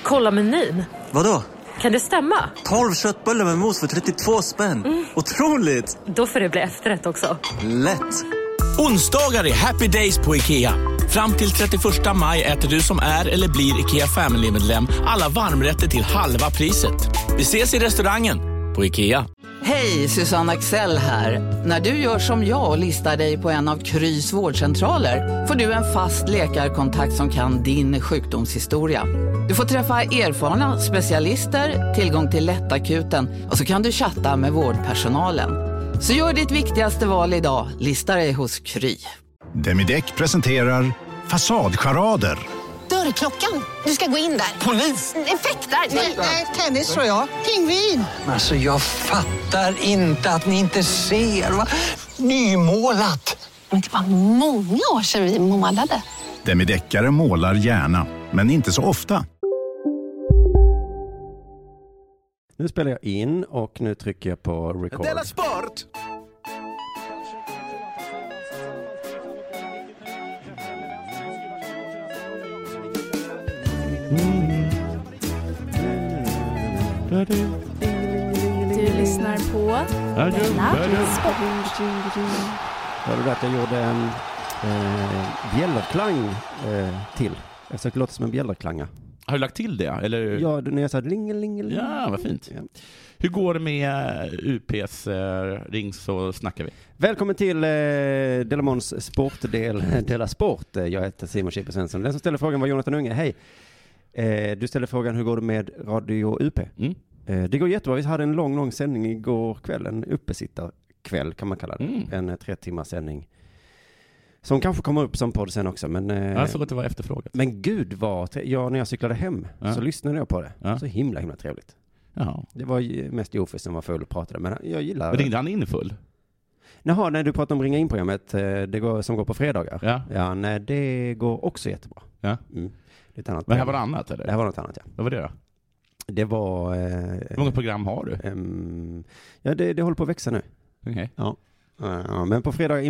Kolla menyn. Vadå? Kan det stämma? 12 köttbullar med mos för 32 spänn. Otroligt! Då får det bli efterrätt också. Lätt! Onsdagar är happy days på IKEA. Fram till 31 maj äter du som är eller blir IKEA Family-medlem alla varmrätter till halva priset. Vi ses i restaurangen på IKEA. Hej, Susanne Axel här. När du gör som jag och listar dig på en av Krys vårdcentraler får du en fast läkarkontakt som kan din sjukdomshistoria. Du får träffa erfarna specialister, tillgång till lättakuten och så kan du chatta med vårdpersonalen. Så gör ditt viktigaste val idag, lista dig hos Kry. Demideck presenterar Fasadcharader. Dörrklockan. Du ska gå in där. Polis? Effektar? Nej, tennis tror jag. Pingvin. Alltså jag fattar inte att ni inte ser. Va? Nymålat. Men det var många år sedan vi målade. Demideckare målar gärna, men inte så ofta. Nu spelar jag in och nu trycker jag på record. Della Sport! Du lyssnar på Della Sport. Hörde du att jag gjorde en bjällerklang till? Jag försökte låta som en bjällerklanga. Har du lagt till det? Eller? Ja, när jag sa ling. Ja, vad fint. Ja. Hur går det med UPs ring så snackar vi? Välkommen till Delamons sportdel Della Sport. Jag heter Simon Chippe Svensson. Den som ställer frågan var Jonathan Unge. Hej. Du ställer frågan hur går det med Radio UP? Det går jättebra. Vi hade en lång sändning igår kväll. En uppesittarkväll kan man kalla det. En 3 timmars sändning. Som kanske kommer upp som podd sen också. Men, jag såg att det var efterfrågat. Men gud när jag cyklade hem så lyssnade jag på det. Ja. Så himla trevligt. Ja. Det var mest Joffe som var full och pratade. Men jag gillar det. Men ringde han in full? Jaha, när du pratar om ringa in-programmet som går på fredagar. Ja. Ja, nej, det går också jättebra. Ja. Lite annat. Men här var det annat eller? Det här var något annat, ja. Vad var det då? Det var... hur många program har du? Ja, det håller på att växa nu. Okay. Ja. Men på fredag...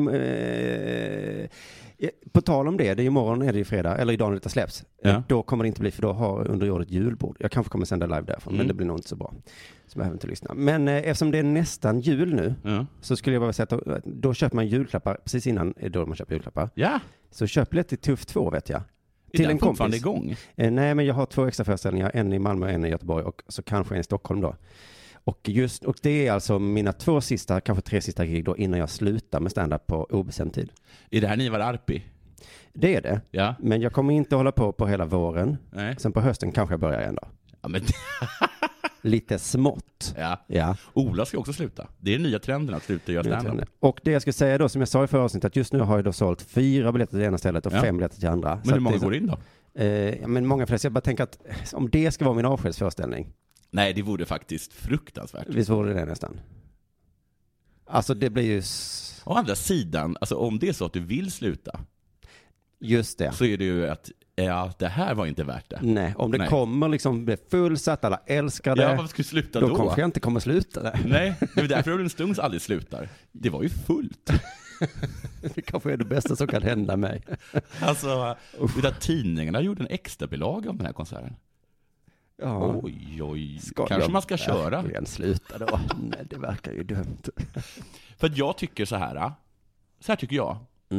på tal om det är imorgon är det ju fredag, eller idag när det släpps. Ja. Då kommer det inte bli, för då har Underjordet julbord. Jag kanske kommer sända live därifrån, men det blir nog inte så bra. Så behöver inte lyssna. Men eftersom det är nästan jul nu, så skulle jag bara säga att då köper man julklappar, precis innan då man köper julklappar. Ja. Så köp biljetter till Tuff 2, vet jag. Till en kompis. Igång? Nej, men jag har 2 extra föreställningar. En i Malmö och en i Göteborg. Och så kanske en i Stockholm då. Och det är alltså mina 2 sista, kanske 3 sista gig då innan jag slutar med stand-up på obestämd tid. Är det här Nivar Arpi? Det är det. Ja. Men jag kommer inte hålla på hela våren. Nej. Sen på hösten kanske jag börjar igen då. Ja, men... Lite smått. Ja. Ola ska också sluta. Det är den nya trenden att sluta göra stand-up. Och det jag ska säga då, som jag sa i förra avsnittet, att just nu har jag då sålt 4 biljetter till det ena stället och 5 biljetter till andra. Men hur många går in då? Men många flesta. Jag bara tänker att om det ska vara min avskedsföreställning. Nej, det vore faktiskt fruktansvärt. Visst vore det nästan. Alltså det blir ju... Å andra sidan, alltså om det är så att du vill sluta. Just det. Så är det ju att det här var inte värt det. Nej, om det kommer liksom bli fullsatt, alla älskar det. Ja, varför skulle sluta då? Då kanske jag inte kommer sluta det. Nej, det är därför en stund aldrig slutar. Det var ju fullt. Det kanske är det bästa som kan hända mig. Alltså, utan tidningarna gjorde en extra bilaga om den här konserten. Ja. Oj. Kanske man ska köra. Jag sluta då. Nej, det verkar ju dumt. För att jag tycker så här tycker jag.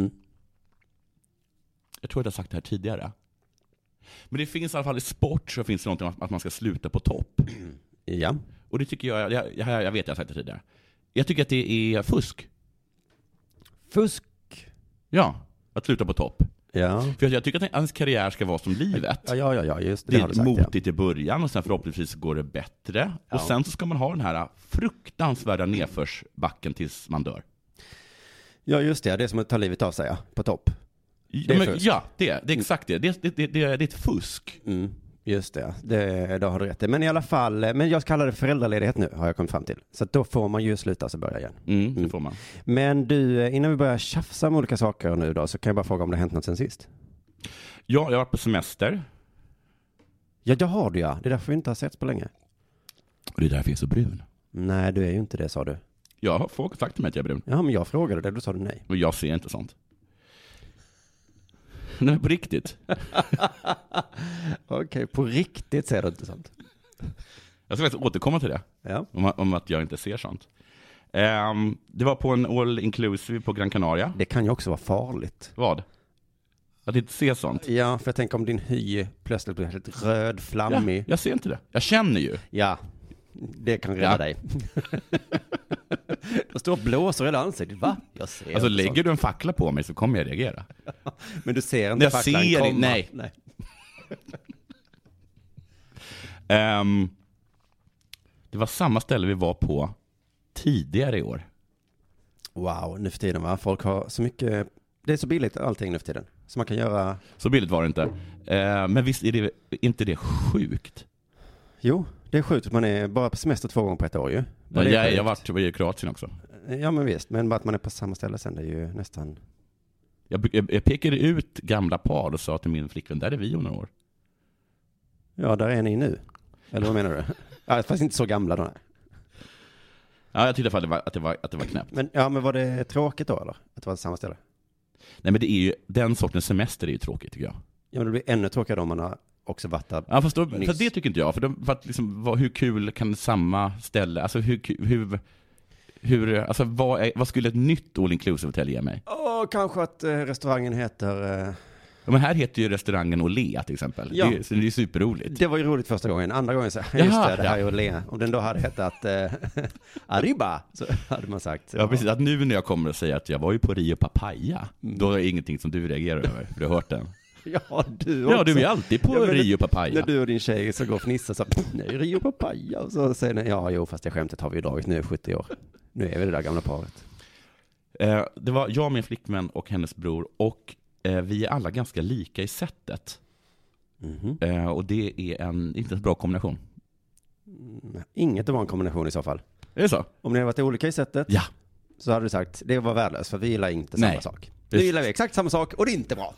Jag tror att jag har sagt det här tidigare. Men det finns i alla fall i sport så finns det något om att man ska sluta på topp. Ja. Och det tycker jag vet jag har sagt det tidigare. Jag tycker att det är fusk. Fusk? Ja, att sluta på topp. Ja. För jag tycker att ens karriär ska vara som livet. Ja, just det. Det är motigt i början och sen förhoppningsvis går det bättre. Ja. Och sen så ska man ha den här fruktansvärda nedförsbacken tills man dör. Ja, just det. Det är som att ta livet av sig på topp. Det är exakt det. Det är ett fusk. Just det. Då har du rätt. Men i alla fall, men jag kallar det föräldraledighet nu, har jag kommit fram till. Så då får man ju sluta så börja igen. Det får man. Men du, innan vi börjar tjafsa om olika saker nu då, så kan jag bara fråga om det har hänt något sen sist. Ja, jag har varit på semester. Ja, det har du ja. Det är därför vi inte har setts på länge. Och det är därför jag är så brun. Nej, du är ju inte det, sa du. Jag har sagt till mig att jag är brun. Ja, men jag frågade det, då sa du nej. Och jag ser inte sånt. Nej, på riktigt. Okej, på riktigt säger du inte sånt. Jag ska faktiskt återkomma till det. Ja. Om att jag inte ser sånt. Det var på en all inclusive på Gran Canaria. Det kan ju också vara farligt. Vad? Att inte se sånt? Ja, för jag tänker om din hy plötsligt blir helt röd, flammig. Ja, jag ser inte det. Jag känner ju. Ja, det kan rädda dig. Du står och blåser hela ansiktet. Va? Jag ser alltså lägger sånt. du en fackla på mig så kommer jag reagera. Men du ser inte facklan komma. Nej. Det var samma ställe vi var på tidigare i år. Wow, nu för tiden va? Folk har så mycket... Det är så billigt allting nu för tiden. Så man kan göra... Så billigt var det inte. Men visst är det inte det sjukt? Jo, det är sjukt. Man är bara på semester 2 gånger på ett år ju. Jag var i Kroatien också. Ja men visst, men bara att man är på samma ställe sen, det är ju nästan... Jag pekade ut gamla par och sa till min flickvän, där är vi om några år. Ja, där är ni nu. Eller vad menar du? Ja, fast inte så gamla då, nej. Ja, jag tyckte att det var knäppt. Men var det tråkigt då, eller? Att det var samma ställe? Nej, men det är ju, den sortens semester är ju tråkigt tycker jag. Ja, men det blir ännu tråkigare om man har också varit där. Ja, fast det tycker inte jag. För att liksom, hur kul kan samma ställe, alltså alltså vad skulle ett nytt all inclusive hotell ge mig? Kanske att restaurangen heter... Ja, men här heter ju restaurangen Olea till exempel. Ja. Det är superroligt. Det var ju roligt första gången. Andra gången så just det här är Olea. Om den då hade hetat Arriba, så hade man sagt. Ja, precis. Att nu när jag kommer och säger att jag var ju på Rio Papaya, då är det ingenting som du reagerar över. För du har hört den. Ja, du också. Ja, du är alltid på Rio Papaya. När du och din tjej så går och fnissar så nej, Rio Papaya. Och så säger ni, fast det skämtet har vi ju dragit nu 70 år. Nu är vi det där gamla paret. Det var jag, min flickvän och hennes bror, och vi är alla ganska lika i sättet. Och det är inte en bra kombination. Inget var en kombination i så fall. Är det så? Om ni har varit olika i sättet, ja, så hade du sagt, det var värdelöst, för vi gillar inte samma sak. Nu gillar vi exakt samma sak, och det är inte bra.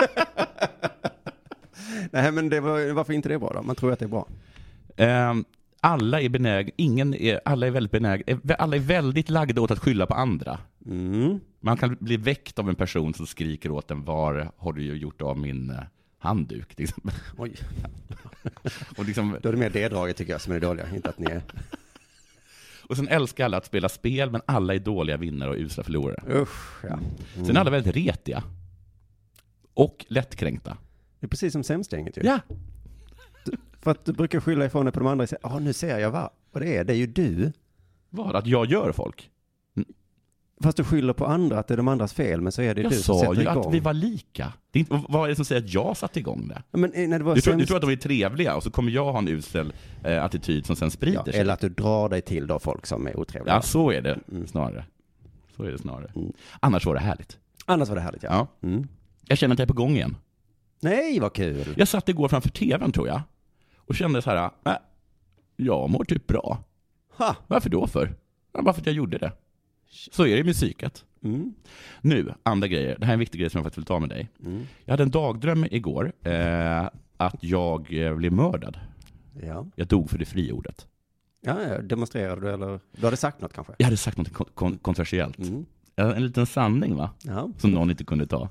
Nej, men varför inte det är bra då? Man tror att det är bra. Alla är alla är väldigt lagda åt att skylla på andra. Man kan bli väckt av en person som skriker åt en, var har du ju gjort av min handduk till exempel. Oj. Och liksom, då är det mer det draget tycker jag som är dåliga, inte att ni är... Och sen älskar alla att spela spel, men alla är dåliga vinnare och usla förlorare. Usch, ja. Sen är alla väldigt retiga. Och lättkränkta. Det är precis som sämstgänget ju. Ja. För att du brukar skylla ifrån dig på de andra och säga, nu ser jag vad det är ju du. Vad? Att jag gör folk? Fast du skyller på andra att det är de andras fel, men så är det du som sätter igång. Jag sa ju att vi var lika. Vad är det som säger att jag satte igång det? Men när det var du tror att de är trevliga och så kommer jag ha en usel attityd som sen sprider sig. Eller att du drar dig till då folk som är otrevliga. Ja, så är det snarare. Annars var det härligt. Ja. Jag känner att jag är på gång igen. Nej, vad kul. Jag satt igår framför tvn tror jag. Och kände så här, jag mår typ bra. Varför då för? Bara för att jag gjorde det. Så är det i musiket. Nu, andra grejer. Det här är en viktig grej som jag faktiskt vill ta med dig. Jag hade en dagdröm igår att jag blev mördad. Ja. Jag dog för det friordet. Ja, demonstrerade du eller? Du hade sagt något kanske? Jag hade sagt något kontroversiellt. En liten sanning va? Ja. Som någon inte kunde ta.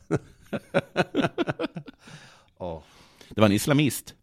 Det var en islamist.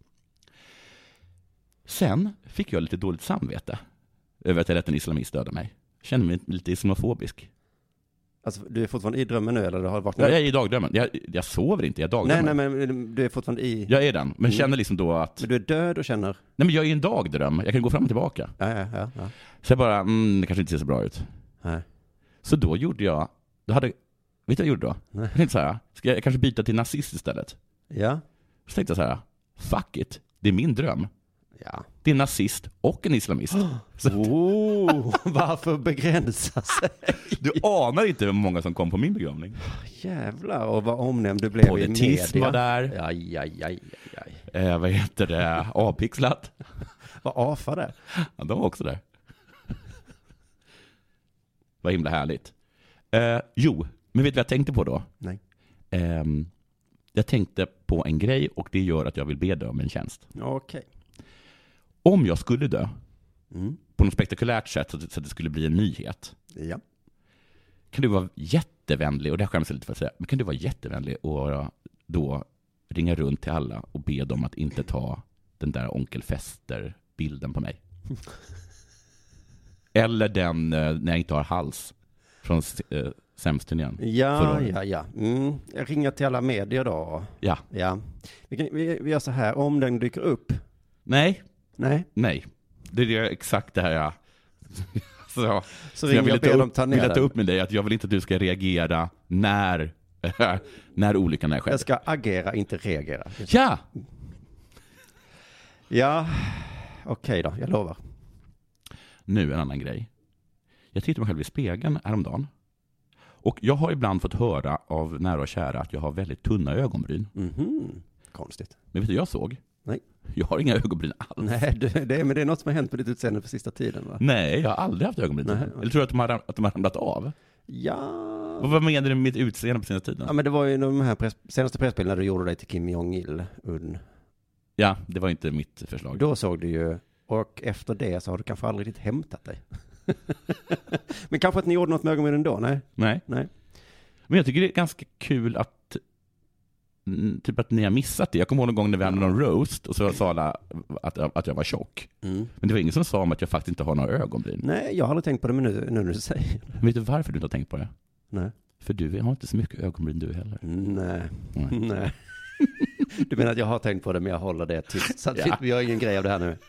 Sen fick jag lite dåligt samvete över att jag lät en islamist döda mig. Jag kände mig lite islamofobisk. Alltså, du är fortfarande i drömmen nu, eller du har varit jag är i dagdrömmen. Jag sover inte, jag dagdrömmer. Nej, men du är fortfarande i... Jag är den, men känner liksom då att... Men du är död och känner... Nej, men jag är i en dagdröm. Jag kan gå fram och tillbaka. Ja. Så jag bara, det kanske inte ser så bra ut. Nej. Så då gjorde jag... Vet du vad jag gjorde då? Nej. Jag tänkte så här, ska jag kanske byta till nazist istället? Ja. Så tänkte jag så här, fuck it, det är min dröm. Ja. Det är en nazist och en islamist. Varför begränsa sig? Du anar inte hur många som kom på min begravning. Jävlar, och vad omnämnd du blev i media. Politism var där. Aj. Vad heter det? Avpixlat. Vad AFA där? Ja, de var också där. Vad himla härligt. Jo, men vet du vad jag tänkte på då? Nej. Jag tänkte på en grej och det gör att jag vill be dig om en tjänst. Okej. Om jag skulle dö på något spektakulärt sätt så att det skulle bli en nyhet. Ja. Kan du vara jättevänlig, och det här skäms jag lite för att säga, men kan du vara jättevänlig och då ringa runt till alla och be dem att inte ta den där Onkel Fester-bilden på mig. Eller den när jag inte har hals från Sämsturnén. Ja. Jag ringer till alla medier då. Ja. Vi gör så här, om den dyker upp. Nej. Det är exakt det här jag... Så ringer jag ber dem ta ner den. Jag vill ta upp med dig att jag vill inte att du ska reagera när olyckan är skedd. Jag ska agera, inte reagera. Ja! Ja, okej då, jag lovar. Nu en annan grej. Jag tittar mig själv i spegeln häromdagen. Och jag har ibland fått höra av nära och kära att jag har väldigt tunna ögonbryn. Konstigt. Men vet du jag såg? Nej. Jag har inga ögonbryn alls. Nej, men det är något som har hänt på ditt utseende för sista tiden, va? Nej, jag har aldrig haft ögonbryn. Nej. Eller tror du att de har ramlat av? Ja. Och vad menar du med mitt utseende på senaste tiden? Ja, men det var ju de här senaste pressbilderna du gjorde dig till Kim Jong-il. Ja, det var inte mitt förslag. Då såg du ju, och efter det så har du kanske aldrig riktigt hämtat dig. Men kanske att ni gjorde något med ögonbrynen då, nej? Nej. Men jag tycker det är ganska kul att typ att ni har missat det. Jag kommer ihåg någon gång när vi hade någon roast och så sa alla att jag var tjock. Men det var ingen som sa om att jag faktiskt inte har några ögonbryn. Nej, jag har aldrig tänkt på det, men nu när du säger det. Vet du varför du inte har tänkt på det? Nej. För du har inte så mycket ögonbryn du heller. Nej. Du menar att jag har tänkt på det, men jag håller det tyst. Så att vi gör ingen grej av det här nu.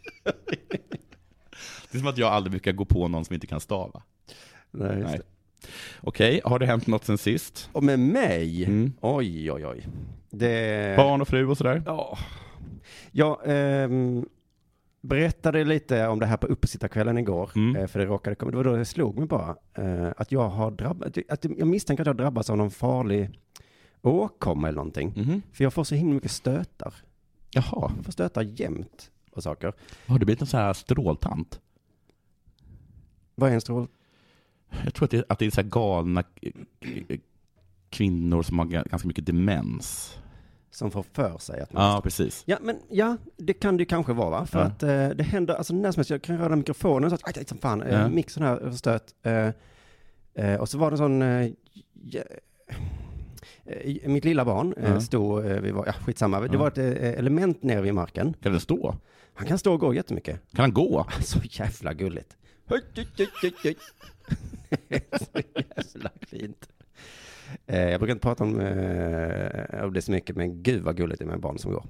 Det är som att jag aldrig brukar gå på någon som inte kan stava. Nej, just det. Okej, har det hänt något sen sist? Och med mig? Oj. Barn och fru och sådär? Ja. Jag berättade lite om det här på uppesittarkvällen igår. För det råkade komma. Det var då det slog mig bara. Att jag har jag misstänker att jag drabbas av någon farlig åkomma eller någonting. För jag får så himla mycket stötar. Jaha. Jag får stötar jämt och saker. Har du blivit en sån här stråltant? Vad är en strål? Jag tror att det är så här galna kvinnor som har ganska mycket demens. Som får för sig att man... Ja, precis. Ja, det kan det kanske vara, va? För att det händer, alltså när som helst, jag kan röra mikrofonen så att, aj, som fan, mixen här stöt. Och så var det sån... mitt lilla barn stod, vi var, skitsamma, det var ett element nere vid marken. Kan det stå? Han kan stå och gå jättemycket. Kan han gå? Så jävla gulligt. Så jävla fint. Jag brukar inte prata om det så mycket, men gud vad gulligt det är med barn som går.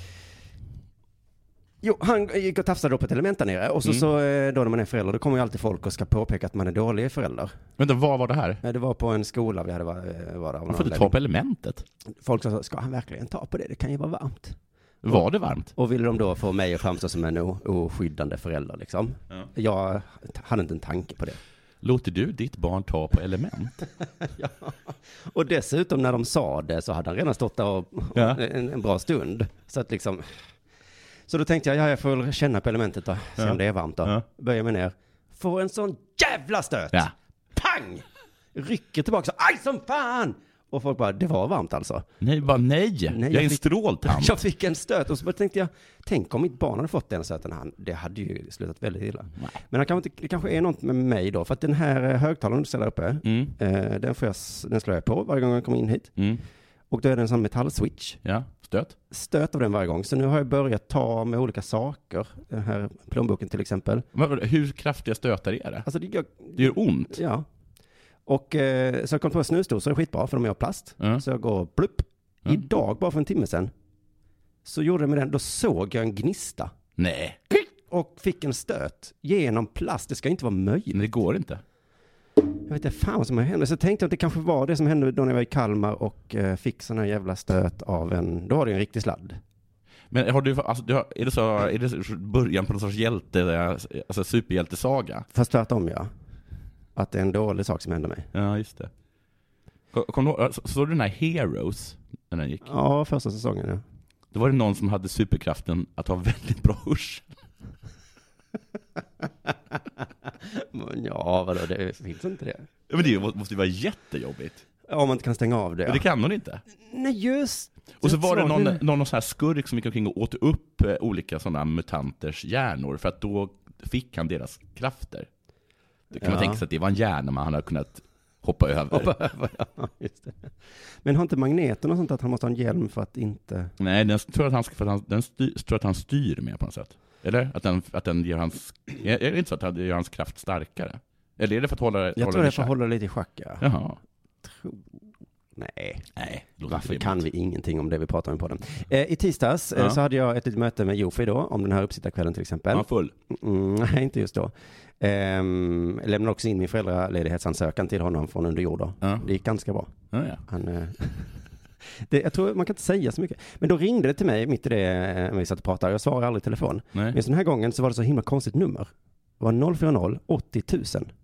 Jo, han gick och tafsade upp ett element där nere. Och så då när man är förälder, då kommer ju alltid folk och ska påpeka att man är dålig förälder. Men vad var det här? Det var på en skola vi hade var där. Man får inte ta på elementet. Folk sa, ska han verkligen ta på det? Det kan ju vara varmt. Var det varmt? Och ville de då få mig att framstå som en oskyddande förälder liksom. Ja. Jag hade inte en tanke på det. Låter du ditt barn ta på element? Ja. Och dessutom när de sa det så hade han redan stått där en bra stund. Så att liksom... Så då tänkte jag får känna på elementet då. Se om det är varmt då. Böjer mig ner. Får en sån jävla stöt. Ja. Pang! Rycker tillbaka så. Aj som fan! Och folk bara, det var varmt alltså. Nej, jag är en stråltant. Jag fick en stöt och så tänkte jag, tänk om mitt barn hade fått den stöten. Det hade ju slutat väldigt illa. Nej. Men det kanske är något med mig då. För att den här högtalaren du ställer uppe, den slår jag på varje gång jag kommer in hit. Och då är det en sån metallswitch. Ja, Stöt av den varje gång. Så nu har jag börjat ta med olika saker. Den här plånboken till exempel. Hur kraftiga stötar är det? Alltså det gör ont? Ja. Och så jag kom på snusdosor, är skitbra för de är av plast. Så jag går plupp. Idag, bara för en timme sedan, så gjorde jag med den, då såg jag en gnista. Nej. Och fick en stöt genom plast. Det ska inte vara möjligt. Men det går inte. Jag vet inte fan vad som hände. Så tänkte jag att det kanske var det som hände då när jag var i Kalmar och fick sån här jävla stöt av då var det en riktig sladd. Men har du, alltså, är det början på någon sorts alltså superhjältesaga? Fast tvärtom, ja. Att det är en dålig sak som hände mig. Ja, just det. Såg du den här Heroes när den gick? Ja, första säsongen, ja. Då var det någon som hade superkraften att ha väldigt bra hörsel. Ja, vadå? Det finns inte det. Ja, men det måste ju vara jättejobbigt. Ja, om man inte kan stänga av det. Men det kan hon inte. Nej, just. Och så var det någon sån här skurk som gick omkring och åt upp olika sådana mutanters hjärnor. För att då fick han deras krafter. Då kan man tänka sig att det var en hjärna man hade kunnat hoppa över. Ja, just det. Men har inte magneten och sånt att han måste ha en hjälm för att inte... Nej, den tror att han styr med på något sätt. Eller? Att den ger hans... Är det inte så att det gör hans kraft starkare? Eller är det för att hålla... Jag tror det är för att hålla lite i schack, ja. Jaha. Nej. Varför kan vi ingenting om det vi pratar om på den? I tisdags så hade jag ett litet möte med Jofi då, om den här uppsittarkvällen till exempel. Var full? Nej, inte just då. Jag lämnade också in min föräldraledighetsansökan till honom från under jord då. Ja. Det gick ganska bra. Ja. Jag tror man kan inte säga så mycket. Men då ringde det till mig mitt i det när vi satt och pratade. Jag svarade aldrig i telefon. Nej. Men den här gången så var det så himla konstigt nummer. Det var 040 80 000.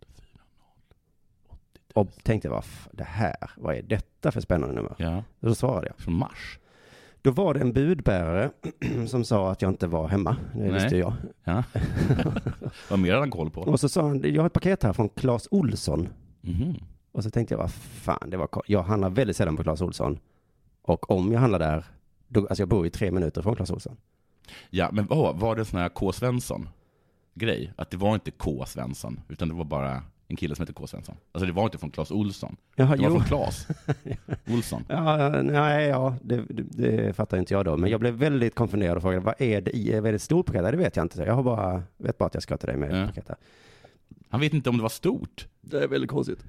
Och tänkte vad är detta för spännande nummer? Ja. Och då svarade jag. Från Mars. Då var det en budbärare som sa att jag inte var hemma. Det visste jag. Ja. Vad mer hade han koll på? Och så sa han, jag har ett paket här från Claes Olsson. Mm-hmm. Och så tänkte jag, vad fan, jag handlar väldigt sällan på Claes Olsson. Och om jag handlar där, alltså jag bor i 3 minuter från Claes Olsson. Ja, men var det sån här K. Svensson-grej? Att det var inte K. Svensson, utan det var bara en kille som heter K. Svensson. Alltså det var inte från Claes Olsson. Jaha, det var från Claes Olsson. Det fattar inte jag då. Men jag blev väldigt konfunderad och frågade, vad är det i? Är det ett stort paket? Det vet jag inte. Jag vet bara att jag ska till dig med paketet. Han vet inte om det var stort. Det är väldigt konstigt.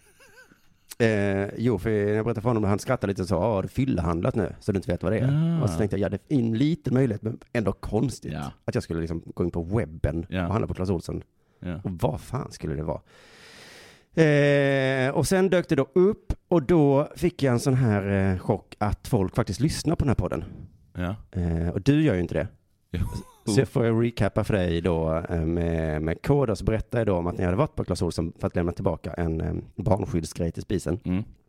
För när jag berättade för honom, han skrattade lite och sa, har du fyllahandlat nu så du inte vet vad det är. Och så tänkte jag, det är en liten möjlighet men ändå konstigt att jag skulle liksom gå in på webben och handla på Claes Olsson. Ja. Och vad fan skulle det vara? Och sen dök det då upp och då fick jag en sån här chock att folk faktiskt lyssnar på den här podden. Ja. Och du gör ju inte det. Jo. Så jag får recappa för dig då med kod och så berättar jag då om att ni hade varit på Claes Olsson för att lämna tillbaka en barnskyddsgrej till spisen.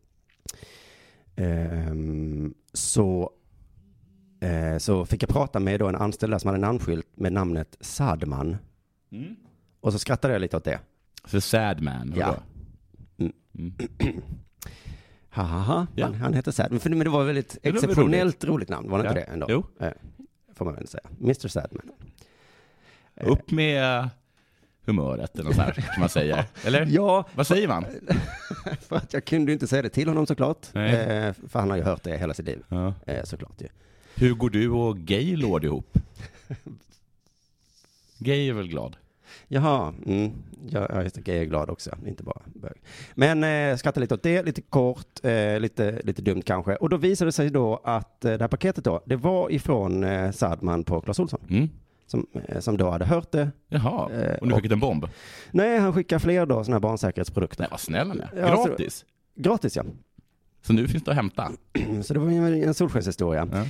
Så fick jag prata med då en anställd som hade en namnskylt med namnet Sadman. Och så skrattade jag lite åt det. För Sadman? Ja. Han heter Sadman. Men det var väldigt exceptionellt roligt namn. Var det inte det ändå? Jo. Får man väl säga. Mr. Sadman. Upp med humöret eller så här, som man säger. Eller? Ja. Vad säger man? För att jag kunde inte säga det till honom såklart. För han har ju hört det hela sitt liv. Ja. Såklart ju. Hur går du och Gaylord ihop? Gay är väl glad? Jaha, jag just Gay är glad också, inte bara bög. Men skratta lite åt det, lite kort, lite dumt kanske. Och då visade det sig då att det här paketet då, det var ifrån Sadman på Claes Olsson. Som då hade hört det. Jaha, och nu fick en bomb? Nej, han skickar fler då såna här barnsäkerhetsprodukter. Nej, vad snäll han är. Gratis? Gratis, ja. Så nu finns det att hämta? Så det var en solskenshistoria. Ja.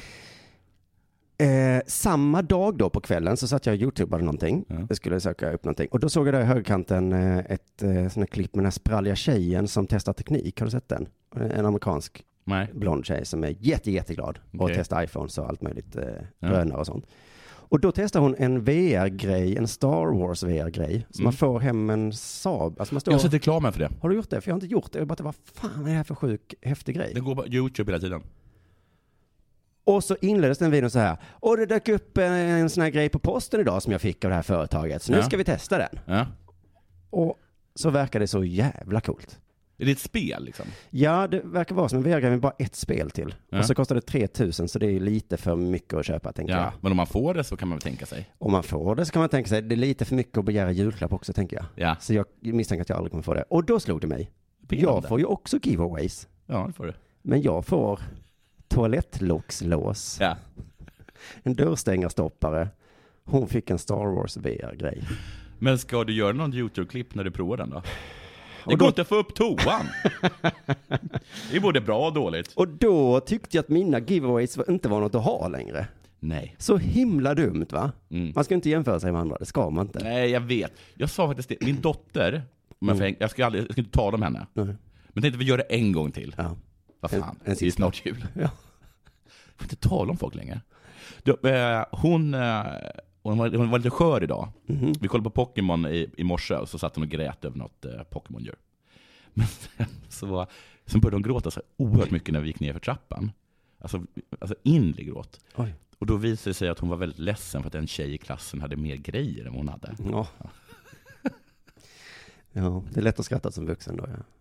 Samma dag då på kvällen så satt jag och YouTubade någonting. Jag skulle söka upp någonting. Och då såg jag där i högerkanten ett sån här klipp med den här spralliga tjejen som testar teknik. Har du sett den? En amerikansk blond tjej som är jätteglad och testar iPhones och allt möjligt drönare och sånt. Och då testar hon en VR-grej, en Star Wars VR-grej. Så man får hem en Saab. Alltså jag har sett reklamen för det. Har du gjort det? För jag har inte gjort det. Jag bara, vad fan är det här för sjuk, häftig grej? Det går på YouTube hela tiden. Och så inleddes den videon så här. Och det dök upp en sån här grej på posten idag som jag fick av det här företaget. Så nu ska vi testa den. Ja. Och så verkar det så jävla coolt. Är det ett spel liksom? Ja, det verkar vara som en VR-grej med bara ett spel till. Ja. Och så kostar det 3000 så det är lite för mycket att köpa, tänker jag. Men om man får det så kan man väl tänka sig? Om man får det så kan man tänka sig. Det är lite för mycket att begära julklapp också, tänker jag. Ja. Så jag misstänker att jag aldrig kommer få det. Och då slog det mig. Jag får ju också giveaways. Ja, det får du. Men jag får toalettlockslås. Ja. En dörrstängarstoppare. Hon fick en Star Wars VR-grej. Men ska du göra någon YouTube-klipp när du provar den då? Det går inte att få upp toan. Det är både bra och dåligt. Och då tyckte jag att mina giveaways inte var något att ha längre. Nej. Så himla dumt, va? Man ska inte jämföra sig med andra, det ska man inte. Nej, jag vet. Jag sa faktiskt det. Min dotter, jag ska inte tala om henne. Men tänkte vi gör det en gång till. Ja. Vad fan, det är snart jul. Ja. Jag får inte tala om folk längre. Hon var lite skör idag. Vi kollade på Pokémon i morse och så satt hon och grät över något Pokémon-djur. Men sen började hon gråta så oerhört mycket när vi gick ner för trappan. Alltså inlig gråt. Oj. Och då visade det sig att hon var väldigt ledsen för att en tjej i klassen hade mer grejer än hon hade. Ja, det är lätt att skratta som vuxen då. Ja.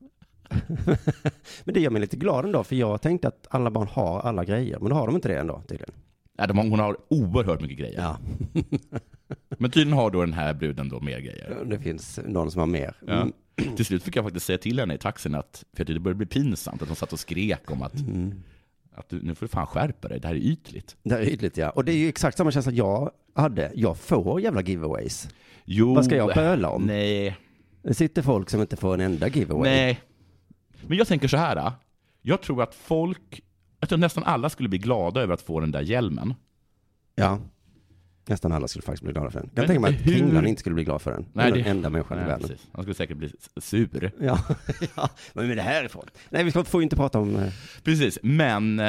Men det gör mig lite glad ändå, för jag tänkte att alla barn har alla grejer, men då har de inte det ändå tydligen. Ja, hon har oerhört mycket grejer. Ja. Men tydligen har då den här bruden då mer grejer. Det finns någon som har mer. Ja. Till slut fick jag faktiskt säga till henne i taxin att, för det började bli pinsamt att hon satt och skrek om att nu får du fan skärpa dig, det här är ytligt. Det här är ytligt, ja. Och det är ju exakt samma känsla jag hade. Jag får jävla giveaways. Jo. Vad ska jag böla om? Nej. Det sitter folk som inte får en enda giveaway. Nej. Men jag tänker så här. Jag tror att nästan alla skulle bli glada över att få den där hjälmen. Ja. Nästan alla skulle faktiskt bli glada för den. Jag tänker mig att Kringlan inte skulle bli glad för den. Nej, det är den enda människan i världen. Precis. Han skulle säkert bli sur. Ja, men det här ifrån. Nej, vi får inte prata om... Precis, men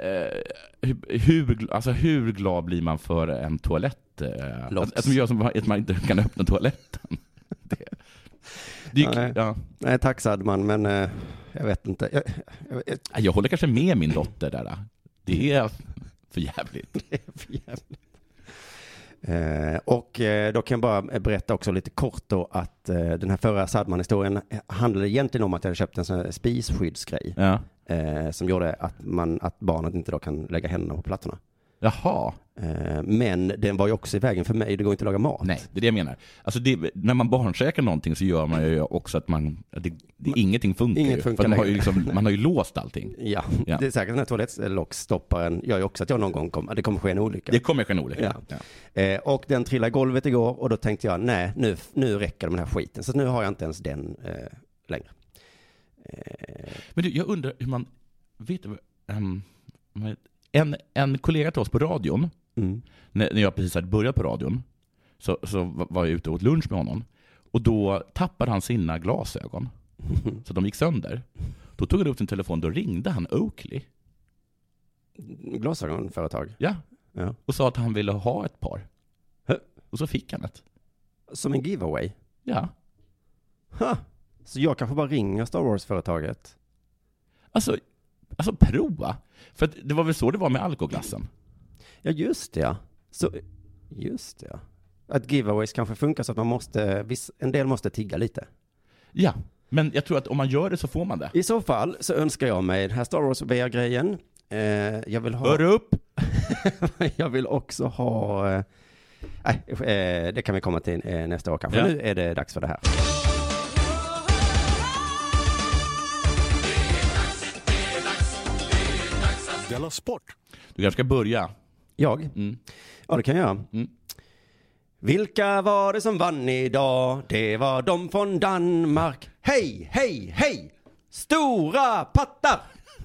hur glad blir man för en toalett? Att de gör som att man inte kan öppna toaletten. Nej, tack Sadman, men jag vet inte. Jag håller kanske med min dotter där. Det är för jävligt. Det är för jävligt. Och då kan jag bara berätta också lite kort då att den här förra Sadman-historien handlade egentligen om att jag hade köpt en sån här spisskyddsgrej som gjorde att barnet inte då kan lägga händerna på plattorna. Jaha. Men den var ju också i vägen för mig, det går inte att laga mat. Nej, det är det jag menar. Alltså när man barnsäkrar någonting så gör man ju också att ingenting funkar. Inget funkar för man har ju låst allting. Ja, det är säkert den här toalettlockstopparen gör ju också att jag någon gång det kommer ske en olycka. Det kommer ske en olycka. Ja. Och den trillade i golvet igår och då tänkte jag, nej, nu räcker det med den här skiten. Så nu har jag inte ens den längre. Men du, jag undrar hur man vet en kollega till oss på radion, när jag precis hade börjat på radion, så var jag ute och åt lunch med honom. Och då tappade han sina glasögon. Så de gick sönder. Då tog han upp sin telefon, då ringde han Oakley. Glasögonföretag? Ja. Och sa att han ville ha ett par. Och så fick han ett. Som en giveaway? Ja. Så jag kanske bara ringer Star Wars-företaget? Alltså prova. För det var väl så det var med alkoglassen. Ja, just det. Att giveaways kanske funkar så att en del måste tigga lite. Ja, men jag tror att om man gör det så får man det. I så fall så önskar jag mig den här Star Wars VR-grejen. Jag vill ha... Hör upp! Jag vill också ha... det kan vi komma till nästa år kanske. Nu är det dags för det här. Della Sport. Du kanske ska börja. Jag? Ja, det kan jag. Vilka var det som vann idag? Det var de från Danmark. Hej, hej, hej! Stora pattar!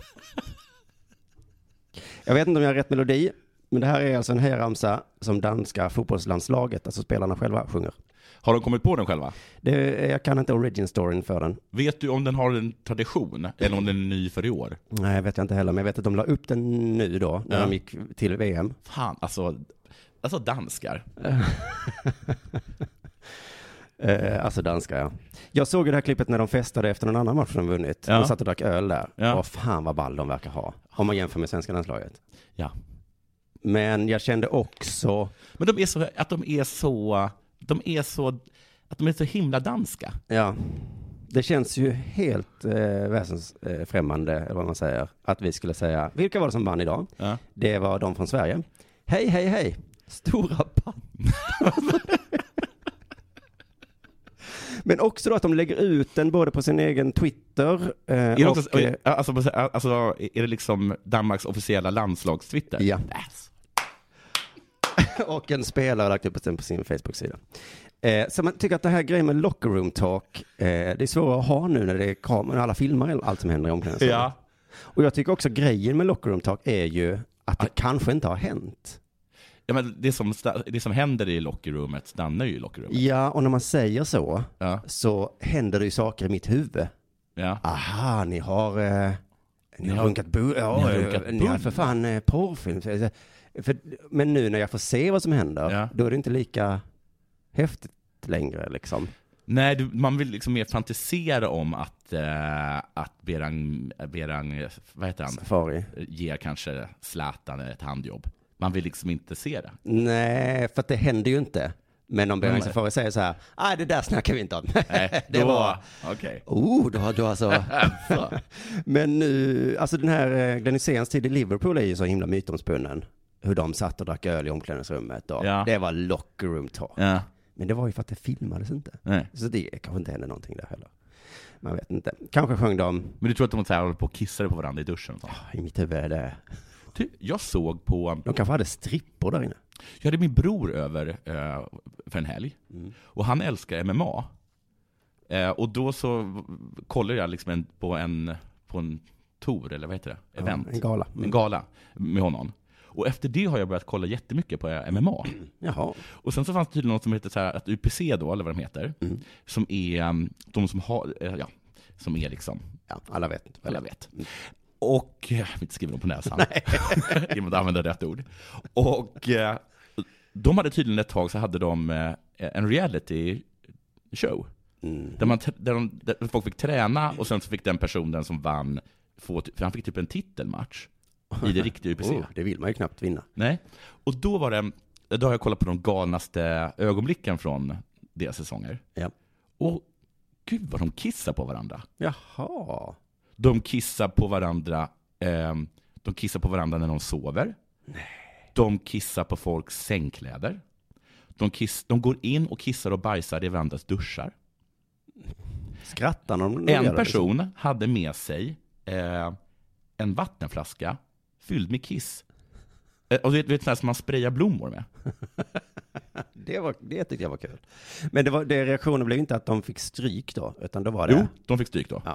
Jag vet inte om jag har rätt melodi, men det här är alltså en hejaramsa som danska fotbollslandslaget, alltså spelarna själva, sjunger. Har de kommit på den själva? Jag kan inte origin-storyn för den. Vet du om den har en tradition eller om den är ny för i år? Nej, jag vet inte heller, men jag vet att de la upp den nu då, när de gick till VM. Fan, alltså danskar. Alltså danskar, ja. Jag såg det här klippet när de festade efter en annan match de vunnit. De satt och drack öl där. Och fan vad ball de verkar ha. Om man jämför med svenska landslaget. Ja. Men jag kände också... Men de är så himla danska. Ja. Det känns ju helt väsensfrämmande, eller vad man säger, att vi skulle säga, vilka var det som vann idag? Ja. Det var de från Sverige. Hej, hej, hej. Stora pattar. Men också då att de lägger ut den både på sin egen Twitter är det liksom Danmarks officiella landslagstwitter? Ja. Och en spelare har lagt upp den på sin Facebook-sida. Så man tycker att det här grejen med locker room talk, det är svårt att ha nu när det är kameror, alla filmar allt som händer i omklädningsrummet. Ja. Och jag tycker också grejen med locker room talk är ju att det kanske inte har hänt. Ja, men det som händer i lockerroomet stannar ju i lockerroomet. Ja, och när man säger så händer det ju saker i mitt huvud. Ja. Aha, ni har runkat ni har för fan porrfilm. Men nu när jag får se vad som händer, då är det inte lika häftigt längre liksom. Nej, man vill liksom mer fantisera om att Berang vad heter han? Safari ger kanske Zlatan ett handjobb. Man vill liksom inte se det. Nej, för att det händer ju inte. Men om Beatrice Safari säger så här, nej det där snackar vi inte om. Nej, det var okej. Då har du alltså. Men nu, alltså den här Glenn Hyséns tid i Liverpool är ju så himla mytomspunnen. Hur de satt och drack öl i omklädningsrummet. Och det var locker room talk. Ja. Men det var ju för att det filmades inte. Nej. Så det kanske inte hände någonting där heller. Man vet inte. Kanske sjöng de. Men du tror att de så här håller på och kissade på varandra i duschen? Så? I mitt huvud är det. Jag såg på... De kanske hade strippor där inne. Jag hade min bror över för en helg. Och han älskar MMA. Och då så kollade jag liksom på en tour, eller vad heter det? Event. En gala. En gala med honom. Och efter det har jag börjat kolla jättemycket på MMA. Jaha. Och sen så fanns det tydligen något som heter så här, att UPC då, eller vad de heter. Som är de som har, som är liksom... Ja, alla vet. Alla vet. Och, jag vill inte skriva dem på näsan. Jag måste använda rätt ord. Och de hade tydligen ett tag så hade de en reality show. Där folk fick träna och sen så fick den personen som vann för han fick typ en titelmatch i det riktiga UPC. Det vill man ju knappt vinna. Nej. Och då har jag kollat på de galnaste ögonblicken från deras säsonger. Ja. Och gud vad de kissar på varandra. Jaha. De kissar på varandra. De kissar på varandra när de sover. Nej. De kissar på folks sängkläder. De går in och kissar och bajsar i varandras duschar. Skrattar de? En person hade med sig en vattenflaska fylld med kiss. Och du vet som man sprayar blommor med. Det tyckte jag var kul. Men reaktionen blev inte att de fick stryk då, utan då var det... Jo, de fick stryk då. Ja.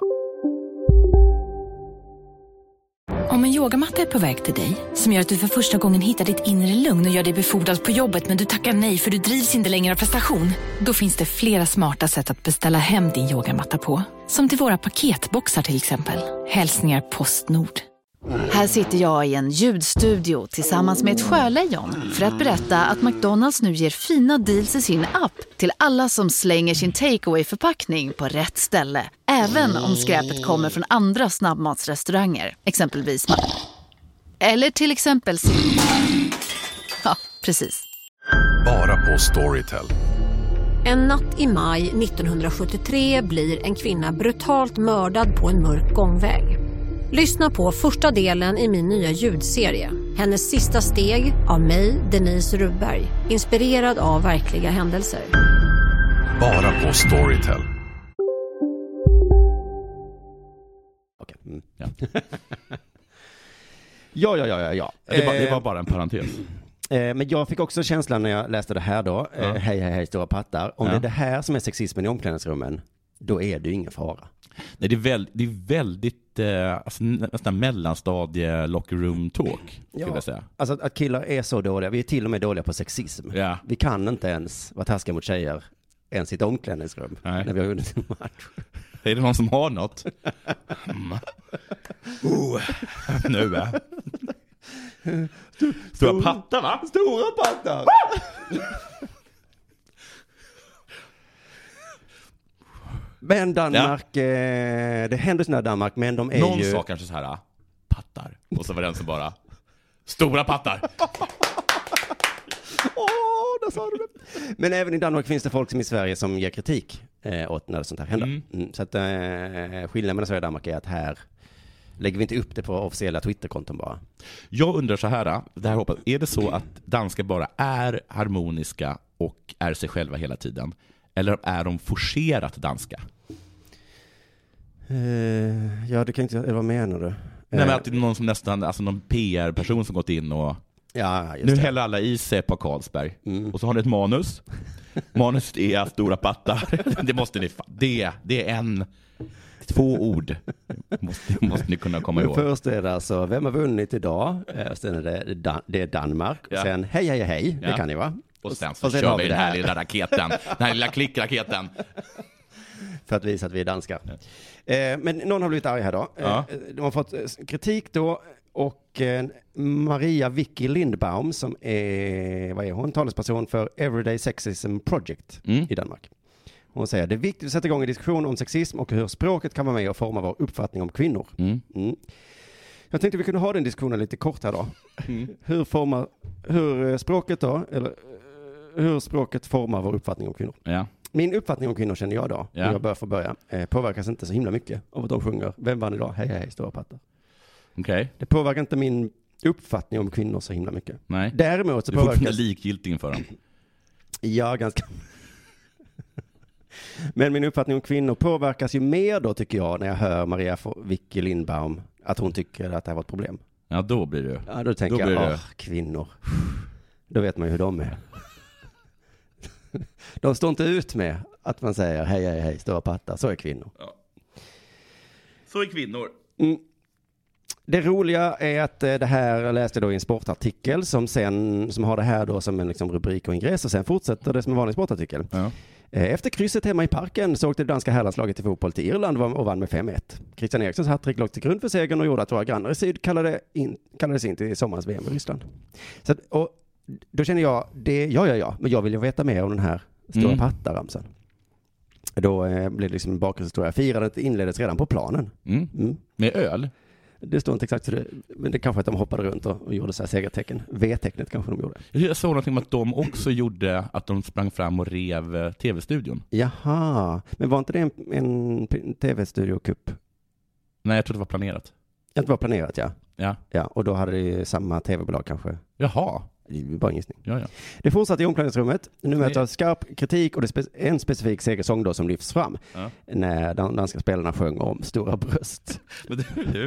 Om en yogamatta är på väg till dig, som gör att du för första gången hittar ditt inre lugn och gör dig befordrad på jobbet, men du tackar nej för du drivs inte längre av prestation. Då finns det flera smarta sätt att beställa hem din yogamatta på. Som till våra paketboxar till exempel. Hälsningar Postnord. Här sitter jag i en ljudstudio tillsammans med ett sjölejon för att berätta att McDonald's nu ger fina deals i sin app till alla som slänger sin takeaway-förpackning på rätt ställe. Även om skräpet kommer från andra snabbmatsrestauranger, exempelvis. Eller till exempel... Ja, precis. Bara på Storytel. En natt i maj 1973 blir en kvinna brutalt mördad på en mörk gångväg. Lyssna på första delen i min nya ljudserie. Hennes sista steg av mig, Denise Rubberg. Inspirerad av verkliga händelser. Bara på Storytel. Okej. Ja. Det var bara en parentes. Men jag fick också känslan när jag läste det här då. Hej, stora pattar. Om det är det här som är sexismen i omklädningsrummen, då är det ju ingen fara. Nej, det är väldigt alltså, nästan mellanstadie locker room talk, skulle jag säga. Alltså att killar är så dåliga. Vi är till och med dåliga på sexism. Ja. Vi kan inte ens vara taskiga mot tjejer ens i ett omklädningsrum. Nej. När vi har vunnit en match. Är det någon som har något? Nu va? Stora pattar, va? Stora pattar! Men Danmark, det händer sådana Danmark, men de är någon ju... sa kanske så här, pattar. Och så var den som bara, stora pattar. Där sa du det. Men även i Danmark finns det folk som i Sverige som ger kritik åt när sånt här händer. Så att skillnaden mellan Sverige och Danmark är att här lägger vi inte upp det på officiella Twitterkonton bara. Jag undrar så här, är det så att danskar bara är harmoniska och är sig själva hela tiden? Eller är de forcerat danska? Ja, det kan inte... Eller vad menar du? Nej, men att det är någon som nästan... Alltså någon PR-person som gått in och... Ja, just nu det. häller alla i sig på Carlsberg. Och så har ni ett manus. Manuset är stora pattar. Det måste ni... Det är 2 ord. Måste ni kunna komma ihåg. Först är det alltså, vem har vunnit idag? Sen är det är Danmark. Ja. Sen hej. Det kan ni va? Och sen så kör vi den här lilla raketen. Den här lilla klickraketen. För att visa att vi är danska. Men någon har blivit arg här då. Ja. De har fått kritik då. Och Maria Vicky Lindbaum som är, vad är hon? Talesperson för Everyday Sexism Project i Danmark. Hon säger det är viktigt att sätta igång en diskussion om sexism och hur språket kan vara med och forma vår uppfattning om kvinnor. Jag tänkte vi kunde ha den diskussionen lite kort här då. Hur språket då, eller hur språket formar vår uppfattning om kvinnor. Ja. Min uppfattning om kvinnor känner jag då, jag bör få börja, påverkas inte så himla mycket av att de sjunger Vem vann idag? Hej hej, stora pattar. Okej. Det påverkar inte min uppfattning om kvinnor så himla mycket. Nej. Däremot så du får påverkas... likgiltig inför dem. Ja, ganska. Men min uppfattning om kvinnor påverkas ju mer då, tycker jag, när jag hör Maria Vicky Lindbaum att hon tycker att det här var ett problem. Ja, då blir det. Ja, då tänker jag, kvinnor. Då vet man ju hur de är. De står inte ut med att man säger hej, hej, hej, stora pattar. Så är kvinnor. Ja. Så är kvinnor. Det roliga är att det här jag läste då i en sportartikel som har det här då som en liksom rubrik och ingress och sen fortsätter det som en vanlig sportartikel. Ja. Efter krysset hemma i parken så åkte det danska herrlandslaget i fotboll till Irland och vann med 5-1. Christian Erikssons hattrick låg till grund för segern och gjorde att våra grannar i syd kallades in till sommarens VM i Ryssland. Så att, och då känner jag, men jag vill ju veta mer om den här stora pattaramsan. Då blev det liksom en bakgrundshistoria. Firandet inleddes redan på planen. Med öl? Det står inte exakt hur det, men det kanske att de hoppade runt och gjorde så här segertecken. V-tecknet kanske de gjorde. Jag såg någonting om att de också gjorde att de sprang fram och rev tv-studion. Jaha, men var inte det en tv-studiokupp? Nej, jag tror det var planerat. Det var planerat, ja. Ja, och då hade det samma tv-bolag kanske. Jaha. Bara en gissning. Ja. Det fortsatte i omklädningsrummet. Nu möter skarp kritik och det är en specifik segersång då som lyfts fram när de danska spelarna sjöng om stora bröst. Men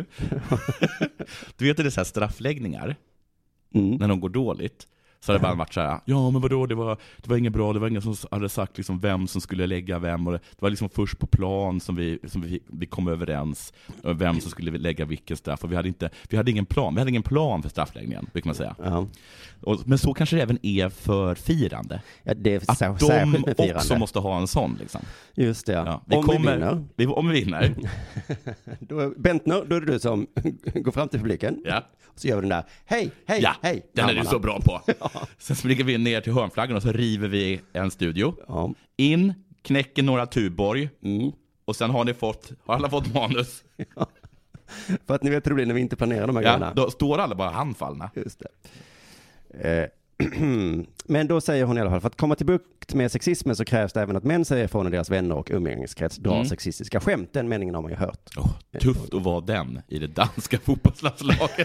du vet det är så här straffläggningar när de går dåligt. Så hade det bara varit så här, ja men vadå, det var inget bra, det var ingen som hade sagt liksom vem som skulle lägga vem, och det var liksom först på plan som vi kom överens vem som skulle lägga vilken straff, och vi hade ingen plan för straffläggningen, brukar man säga. Men så kanske det även är för firande. Ja, det är att de också måste ha en sån liksom. Just det. Ja, om vi vinner. Bentner, då är det du som går fram till publiken. Ja. Så gör vi den där, hej. Den är du så bra på. Sen springer vi ner till hörnflaggan och så river vi en studio. In, knäcker några Tuborg. Och sen har alla fått manus. Ja. För att ni vet hur det blir när vi inte planerar de här grejerna. Då står alla bara handfallna. Just det. Men då säger hon i alla fall, för att komma till bukt med sexismen så krävs det även att män säger ifrån när deras vänner och umgängeskrets drar sexistiska skämt. Den meningen har man ju hört. Tufft att vara den i det danska fotbollslandslaget.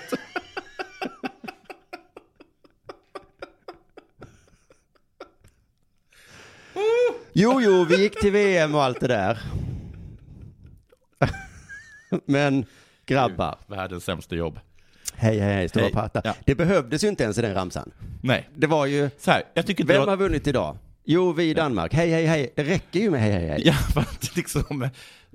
Jo, vi gick till VM och allt det där. Men grabbar. Världens sämsta jobb. Hej, stora patta. Ja. Det behövdes ju inte ens i den ramsan. Nej. Det var ju, så här, jag tycker vem har vunnit idag? Jo, vi i Danmark. Hej. Det räcker ju med hej. Ja, för liksom,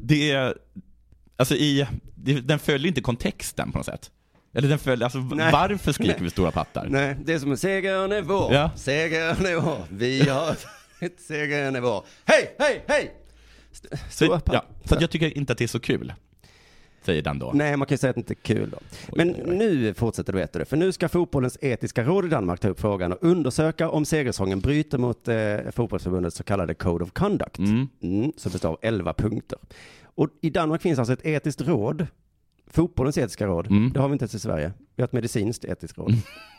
den följer inte kontexten på något sätt. Eller den följer, varför skriker vi stora pattar? Nej, det är som en segern är vår. Ja. Segern är vår. Vi har ett segern är vår. Hej! Så jag tycker inte att det är så kul, säger den då. Nej, man kan ju säga att det inte är kul då. Men nu fortsätter du veta det. För nu ska fotbollens etiska råd i Danmark ta upp frågan och undersöka om segersången bryter mot fotbollsförbundets så kallade Code of Conduct. Som består av 11 punkter. Och i Danmark finns alltså ett etiskt råd. Fotbollens etiska råd. Det har vi inte ens i Sverige. Vi har ett medicinskt etiskt råd.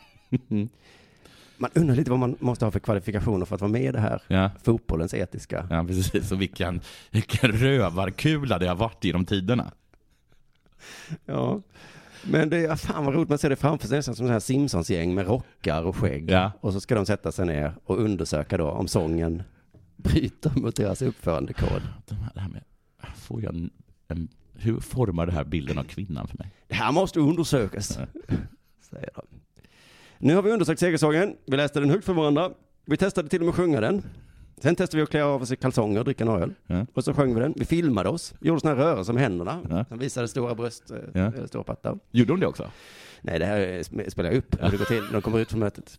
Man undrar lite vad man måste ha för kvalifikationer för att vara med i det här. Fotbollens etiska. Ja, precis. Och vilken rövarkula det har varit genom tiderna. Ja, men det är fan vad roligt man ser det framför sig som så här Simpsons-gäng med rockar och skägg. Och så ska de sätta sig ner och undersöka då om sången bryter mot deras uppförandekod. Det här med, hur formar det här bilden av kvinnan för mig? Det här måste undersökas, säger de. Nu har vi undersökt segersången. Vi läste den högt för varandra. Vi testade till och med sjunga den. Sen testade vi att klä av oss i kalsonger och dricka en öl. Och så sjöng vi den. Vi filmade oss. Gjorde såna här rörelser med händerna. Som visade stora bröst, stora pattar. Gjorde de det också? Nej, det här spelar jag upp. Hur det går till när de kommer ut från mötet.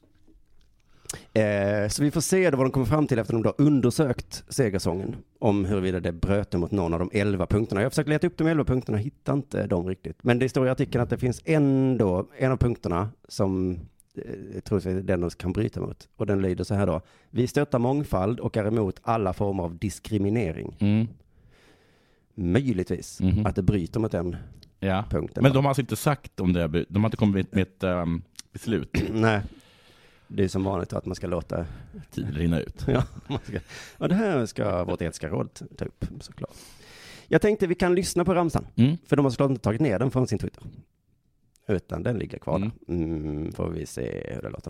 Så vi får se då vad de kommer fram till efter att de då undersökt segersången. Om huruvida det bröt mot någon av de 11 punkterna. Jag har försökt leta upp de 11 punkterna och hittar inte dem riktigt. Men det står i artikeln att det finns en av punkterna som troligtvis den kan bryta mot. Och den lyder så här då. Vi stöttar mångfald och är emot alla former av diskriminering. Möjligtvis att det bryter mot den punkten. Men de har alltså inte sagt om det. De har inte kommit med ett beslut. Nej. Det är som vanligt att man ska låta tiden rinna ut. Ja, det här ska vårt etiska råd ta upp, såklart. Jag tänkte vi kan lyssna på ramsan. För de har såklart inte tagit ner den från sin Twitter. Utan den ligger kvar där. Får vi se hur det låter.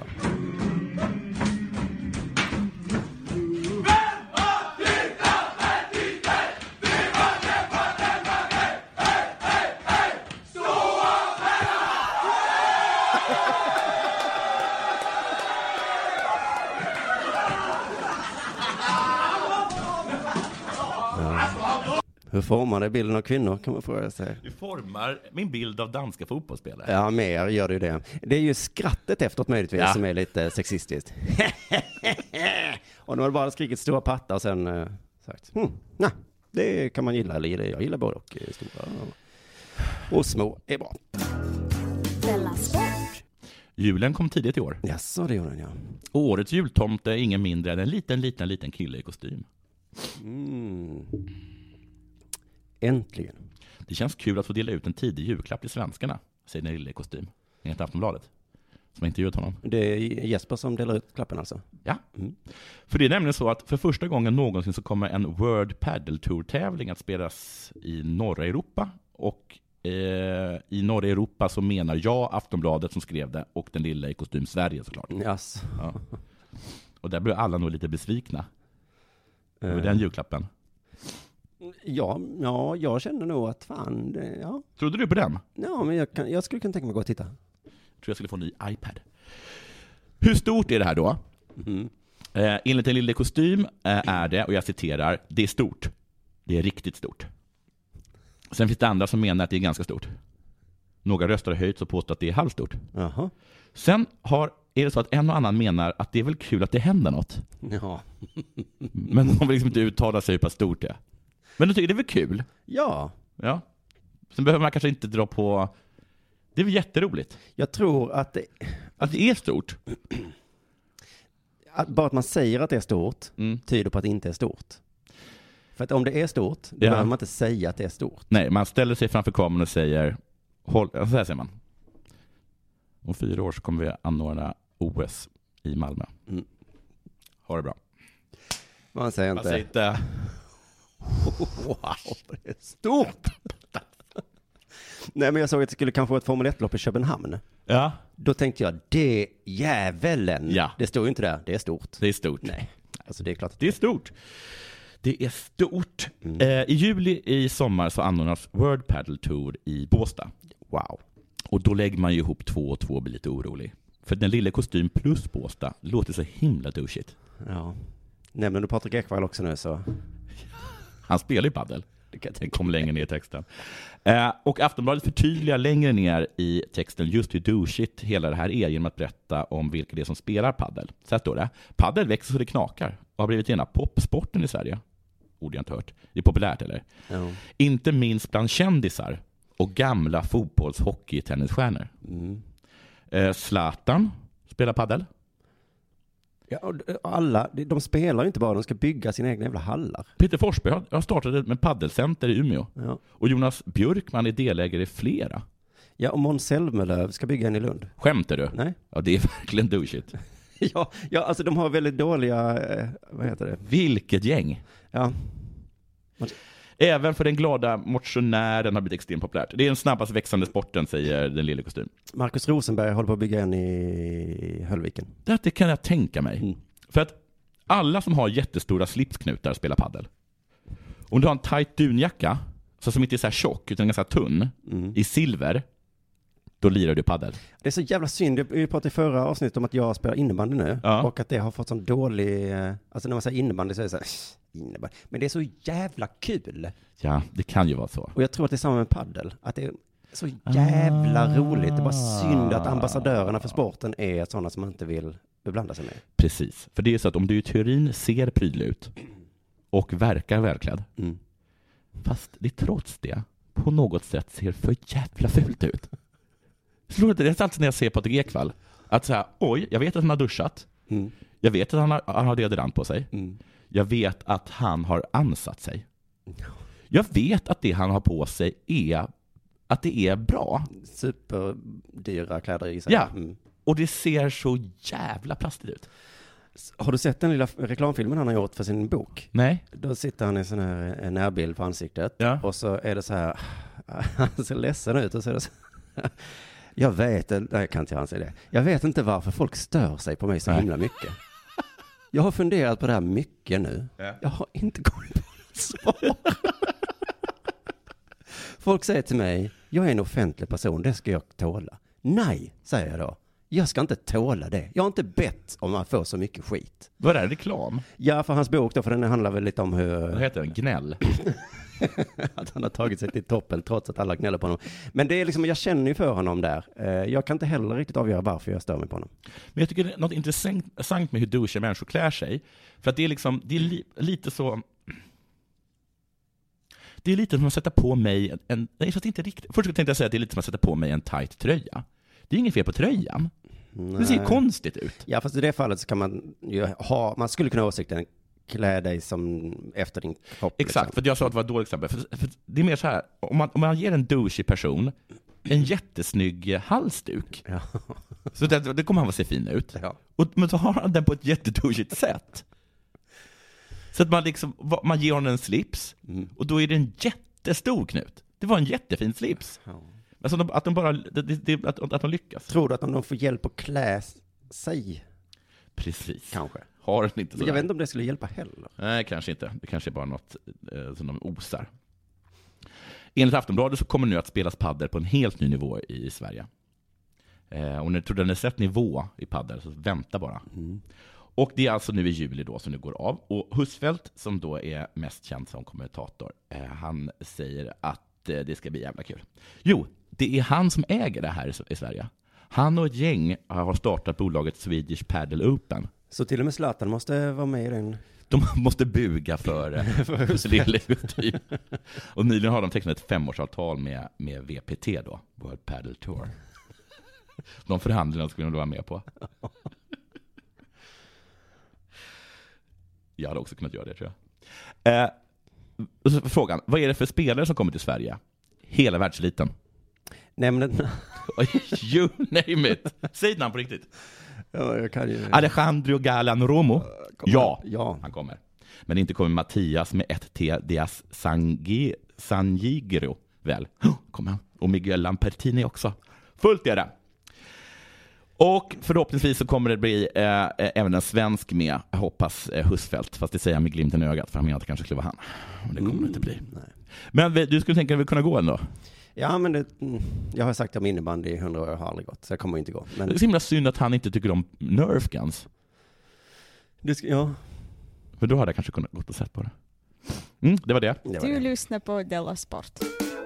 Hur formar det bilden av kvinnor, kan man fråga sig. Du formar min bild av danska fotbollsspelare. Ja, mer gör du det. Det är ju skrattet efteråt möjligtvis som är lite sexistiskt. Och nu har du bara skrikit stora pattar och sen sagt, nej, det kan man gilla. Eller jag gillar både och stora och små är bra. Julen kom tidigt i år. Jaså, det gjorde den, ja. Och årets jultomte är ingen mindre än en liten kille i kostym. Äntligen. Det känns kul att få dela ut en tidig julklapp till svenskarna, säger den lille i kostym. Enligt Aftonbladet, som har intervjuat honom. Det är Jesper som delar ut klappen alltså? Ja. För det är nämligen så att för första gången någonsin så kommer en World Padel Tour-tävling att spelas i norra Europa. Och i norra Europa så menar jag Aftonbladet som skrev det och den lilla i kostym Sverige såklart. Yes. Ja. Och där blev alla nog lite besvikna över den julklappen. Ja, jag känner nog att fan, ja. Trodde du på den? Ja, men jag skulle kunna tänka mig att gå och titta. Jag tror jag skulle få en ny iPad. Hur stort är det här då? Enligt en lille kostym är det, och jag citerar, det är stort. Det är riktigt stort. Sen finns det andra som menar att det är ganska stort. Några röster har höjt och påstår att det är halvstort. Jaha. Sen är det så att en och annan menar att det är väl kul att det händer något. Ja. Men de vill liksom inte uttala sig hur pass stort det är. Men du tycker det är väl kul? Ja. Sen behöver man kanske inte dra på... Det är väl jätteroligt. Jag tror att det är stort. Bara att man säger att det är stort tyder på att det inte är stort. För att om det är stort, då behöver man inte säga att det är stort. Nej, man ställer sig framför kameran och säger... Så här säger man. Om 4 år så kommer vi anordna OS i Malmö. Ha det bra. Man säger inte... Man säger inte... Wow, det är stort. Nej, men jag såg att det skulle kanske vara ett Formel 1-lopp i Köpenhamn. Ja. Då tänkte jag, det jävelen. Ja. Det står ju inte där, det är stort. Det är stort. Nej, alltså det är klart att det är stort. Det är stort. I juli i sommar så anordnas World Padel Tour i Båstad. Wow. Och då lägger man ju ihop 2 och 2 och blir lite orolig. För den lilla kostym plus Båstad låter så himla douchigt. Ja. Nämner du Patrik Ekwall också nu så... Han spelar ju paddel. Det kom längre ner i texten. Och Aftonbladet förtydligar längre ner i texten just hur douchigt hela det här är genom att berätta om vilka det är som spelar paddel. Så här står det. Paddel växer så det knakar och har blivit rena popsporten i Sverige. Ord jag inte hört. Det är populärt, eller? Ja. Inte minst bland kändisar och gamla fotbolls-, hockey-, tennisstjärnor. Zlatan spelar paddel. Ja, och alla, de spelar ju inte bara, de ska bygga sina egna jävla hallar. Peter Forsberg har startat med paddelcenter i Umeå. Ja. Och Jonas Björkman är delägare i flera. Ja, och Måns Zelmerlöw ska bygga en i Lund. Skämtar du? Nej. Ja, det är verkligen douchigt. ja, alltså de har väldigt dåliga, vad heter det? Vilket gäng. Ja. Även för den glada motionären har blivit extremt populärt. Det är den snabbast växande sporten, säger den lilla kostym. Marcus Rosenberg håller på att bygga en i Höllviken. Det kan jag tänka mig. För att alla som har jättestora slipsknutar spelar paddel. Om du har en tight dunjacka så som inte är så här tjock utan ganska tunn i silver, då lirar du paddel. Det är så jävla synd. Vi pratade i förra avsnittet om att jag spelar innebandy nu och att det har fått sån dålig, alltså när man säger innebandy så är det så här, innebandy. Men det är så jävla kul. Ja, det kan ju vara så. Och jag tror att det är samma med paddel. Att det är så jävla roligt. Det är bara synd att ambassadörerna för sporten är sådana som man inte vill beblanda sig med. Precis. För det är så att om du i teorin ser prydlig ut och verkar välklädd, fast det trots det på något sätt ser för jävla fult ut. Det är alltid när jag ser Patrik Ekwall att så här, oj, jag vet att han har duschat. Jag vet att han har deodorant på sig. Jag vet att han har ansatt sig. Jag vet att det han har på sig är att det är bra. Superdyra kläder i sig. Ja. Och det ser så jävla plastigt ut. Har du sett den lilla reklamfilmen han har gjort för sin bok? Nej. Då sitter han i en sån här närbild på ansiktet. Ja. Och så är det så här, han ser ledsen ut och så är det så här, jag vet inte, nej, kan inte han säga det. Jag vet inte varför folk stör sig på mig så himla mycket. Jag har funderat på det här mycket nu. Ja. Jag har inte kommit på något svar. Folk säger till mig, jag är en offentlig person, det ska jag tåla. Nej, säger jag då. Jag ska inte tåla det. Jag har inte bett om att få så mycket skit. Vad är det? Reklam? Ja, för hans bok då, för den handlar väl lite om hur... Vad heter den? Gnäll? Att han har tagit sig till toppen trots att alla gnäller på honom. Men det är liksom, jag känner ju för honom där. Jag kan inte heller riktigt avgöra varför jag stör mig på honom. Men jag tycker det är något intressant med hur douchiga människor klär sig. För att det är liksom, det är lite så... Det är lite som att sätta på mig en... Nej, så att det inte riktigt... Först tänkte jag säga att det är lite som att sätta på mig en tight tröja. Det är inget fel på tröjan. Nej. Det ser konstigt ut. Ja, fast i det fallet så kan man ju ha... Man skulle kunna ha åsikten, klä dig som efter din kropp. Exakt, liksom. För jag sa att det var ett dåligt exempel. För det är mer så här, om man ger en douchig person en jättesnygg halsduk. Ja. Så det kommer han att se fin ut. Ja. Men så har han den på ett jättedouchigt sätt. Så att man ger honom en slips och då är det en jättestor knut. Det var en jättefin slips. Ja. Alltså att de lyckas. Tror du att om de får hjälp att klä sig? Precis. Kanske. Har den inte så. Jag vet inte om det skulle hjälpa heller. Nej, kanske inte. Det kanske är bara något som de osar. Enligt Aftonbladet så kommer nu att spelas paddel på en helt ny nivå i Sverige. Och när du tror den är sett nivå i paddel så vänta bara. Och det är alltså nu i juli då som det går av. Och Husfeldt, som då är mest känd som kommentator, han säger att det ska bli jävla kul. Jo, det är han som äger det här i Sverige. Han och ett gäng har startat bolaget Swedish Paddle Open. Så till och med Zlatan måste vara med i den? De måste buga för det. Och nyligen har de tecknat ett 5-årsavtal med VPT då, World Paddle Tour. De förhandlingarna skulle de vara med på. Jag hade också kunnat göra det, tror jag. Och så frågan, vad är det för spelare som kommer till Sverige? Hela världseliten. Nämn You name it. Säg namn på riktigt. Ja, jag kan ju... Alejandro Galan Romo. Ja, han kommer. Men inte kommer Mattias med ett T. Diaz Sangigro. Väl, kommer han. Och Miguel Lampertini också. Fullt är det. Och förhoppningsvis så kommer det bli även en svensk med, jag hoppas, Husfeldt. Fast det säger jag med glimten i ögat, för han menar att det kanske skulle vara han. Men det kommer det inte bli. Nej. Men du skulle tänka att vi kunna gå ändå? Ja, men jag har sagt om innebandy i 100 år, jag har aldrig gått, så jag kommer inte gå. Men... Det är så himla synd att han inte tycker om Nerf Guns. Ja. För då hade jag kanske kunnat gå och sett på det. Det var det. Du lyssnar på Della Sport.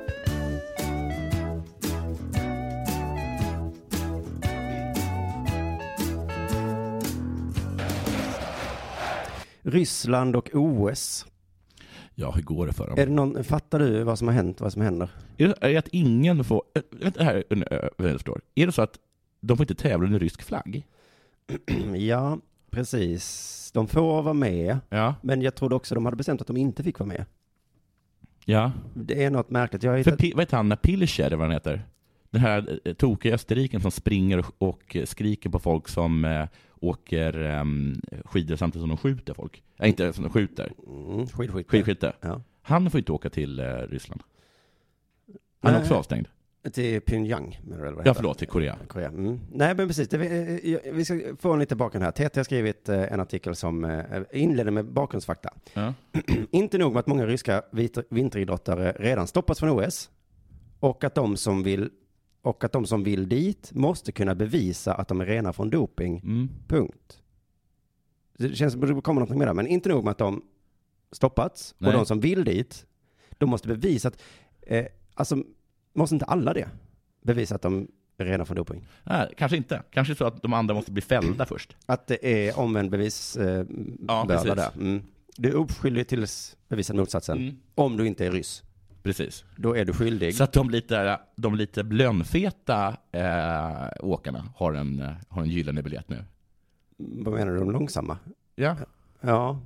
Ryssland och OS. Ja, hur går det för dem? Är det någon, fattar du vad som har hänt, vad som händer? Är det att ingen får... Här, jag förstår. Är det så att de får inte tävla under rysk flagg? Ja, precis. De får vara med. Ja. Men jag trodde också de hade bestämt att de inte fick vara med. Ja. Det är något märkligt. Vad heter han? Pilcher, vad han heter? Den här tokiga österriken som springer och skriker på folk som åker skidor samtidigt som de skjuter folk. Inte som de skjuter. Skidskytte. Ja. Han får inte åka till Ryssland. Han är också avstängd. Till Pyongyang. Ja, förlåt, till Korea. Nej, men precis. Vi ska få en lite bakgrund här. TT har skrivit en artikel som inleder med bakgrundsfakta. Ja. Inte nog med att många ryska vinteridrottare redan stoppats från OS och att de som vill dit måste kunna bevisa att de är rena från doping. Punkt. Det känns som att det kommer något mer där. Men inte nog med att de stoppats. Nej. Och de som vill dit, de måste bevisa att alltså, måste inte alla det bevisa att de är rena från doping? Nej, kanske inte. Kanske så att de andra måste bli fällda först. Att det är omvänd bevisbörda där. Du är oskyldig tills bevisad motsatsen. Om du inte är ryss. Precis. Då är du skyldig. Så att de lite blönfeta åkarna har en gyllene biljett nu. Vad menar du, de långsamma? Ja. Ja.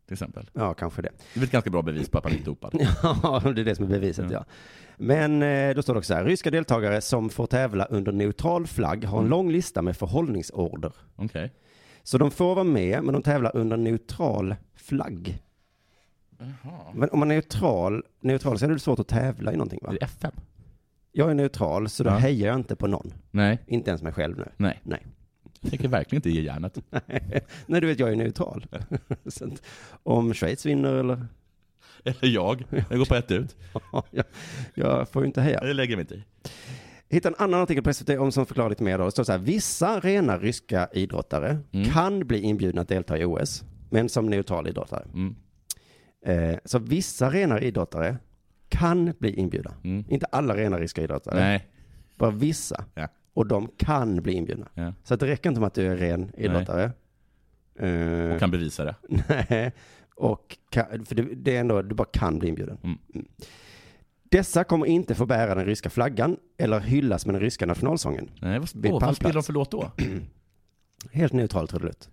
till exempel. Ja, kanske det. Det är ett ganska bra bevis på att man inte är dopad. Ja, det är det som är beviset, ja. Men då står det också så här. Ryska deltagare som får tävla under neutral flagg har en lång lista med förhållningsorder. Okej. Så de får vara med, men de tävlar under neutral flagg. Jaha. Men om man är neutral så är det svårt att tävla i någonting, va? Det är FN. Jag är neutral, så då hejar jag inte på någon. Nej. Inte ens mig själv nu. Nej. Jag tänker verkligen inte ge järnet. Nej, du vet, jag är neutral. Så att, om Schweiz vinner eller... Eller jag går på ett ut. Jag får ju inte heja. Det lägger vi inte i. Hitta en annan artikel på SVT om som förklarar lite mer då. Det står så här: vissa rena ryska idrottare kan bli inbjudna att delta i OS, men som neutral idrottare. Så vissa rena idrottare kan bli inbjudna. Inte alla rena ryska idrottare. Nej. Bara vissa. Ja. Och de kan bli inbjudna. Ja. Så att det räcker inte med att du är ren idrottare. Och kan bevisa det. Nej. Och för det är ändå, du bara kan bli inbjuden. Dessa kommer inte få bära den ryska flaggan eller hyllas med den ryska nationalsången. Nej, vad spelar de för låt då? Helt neutralt tror det.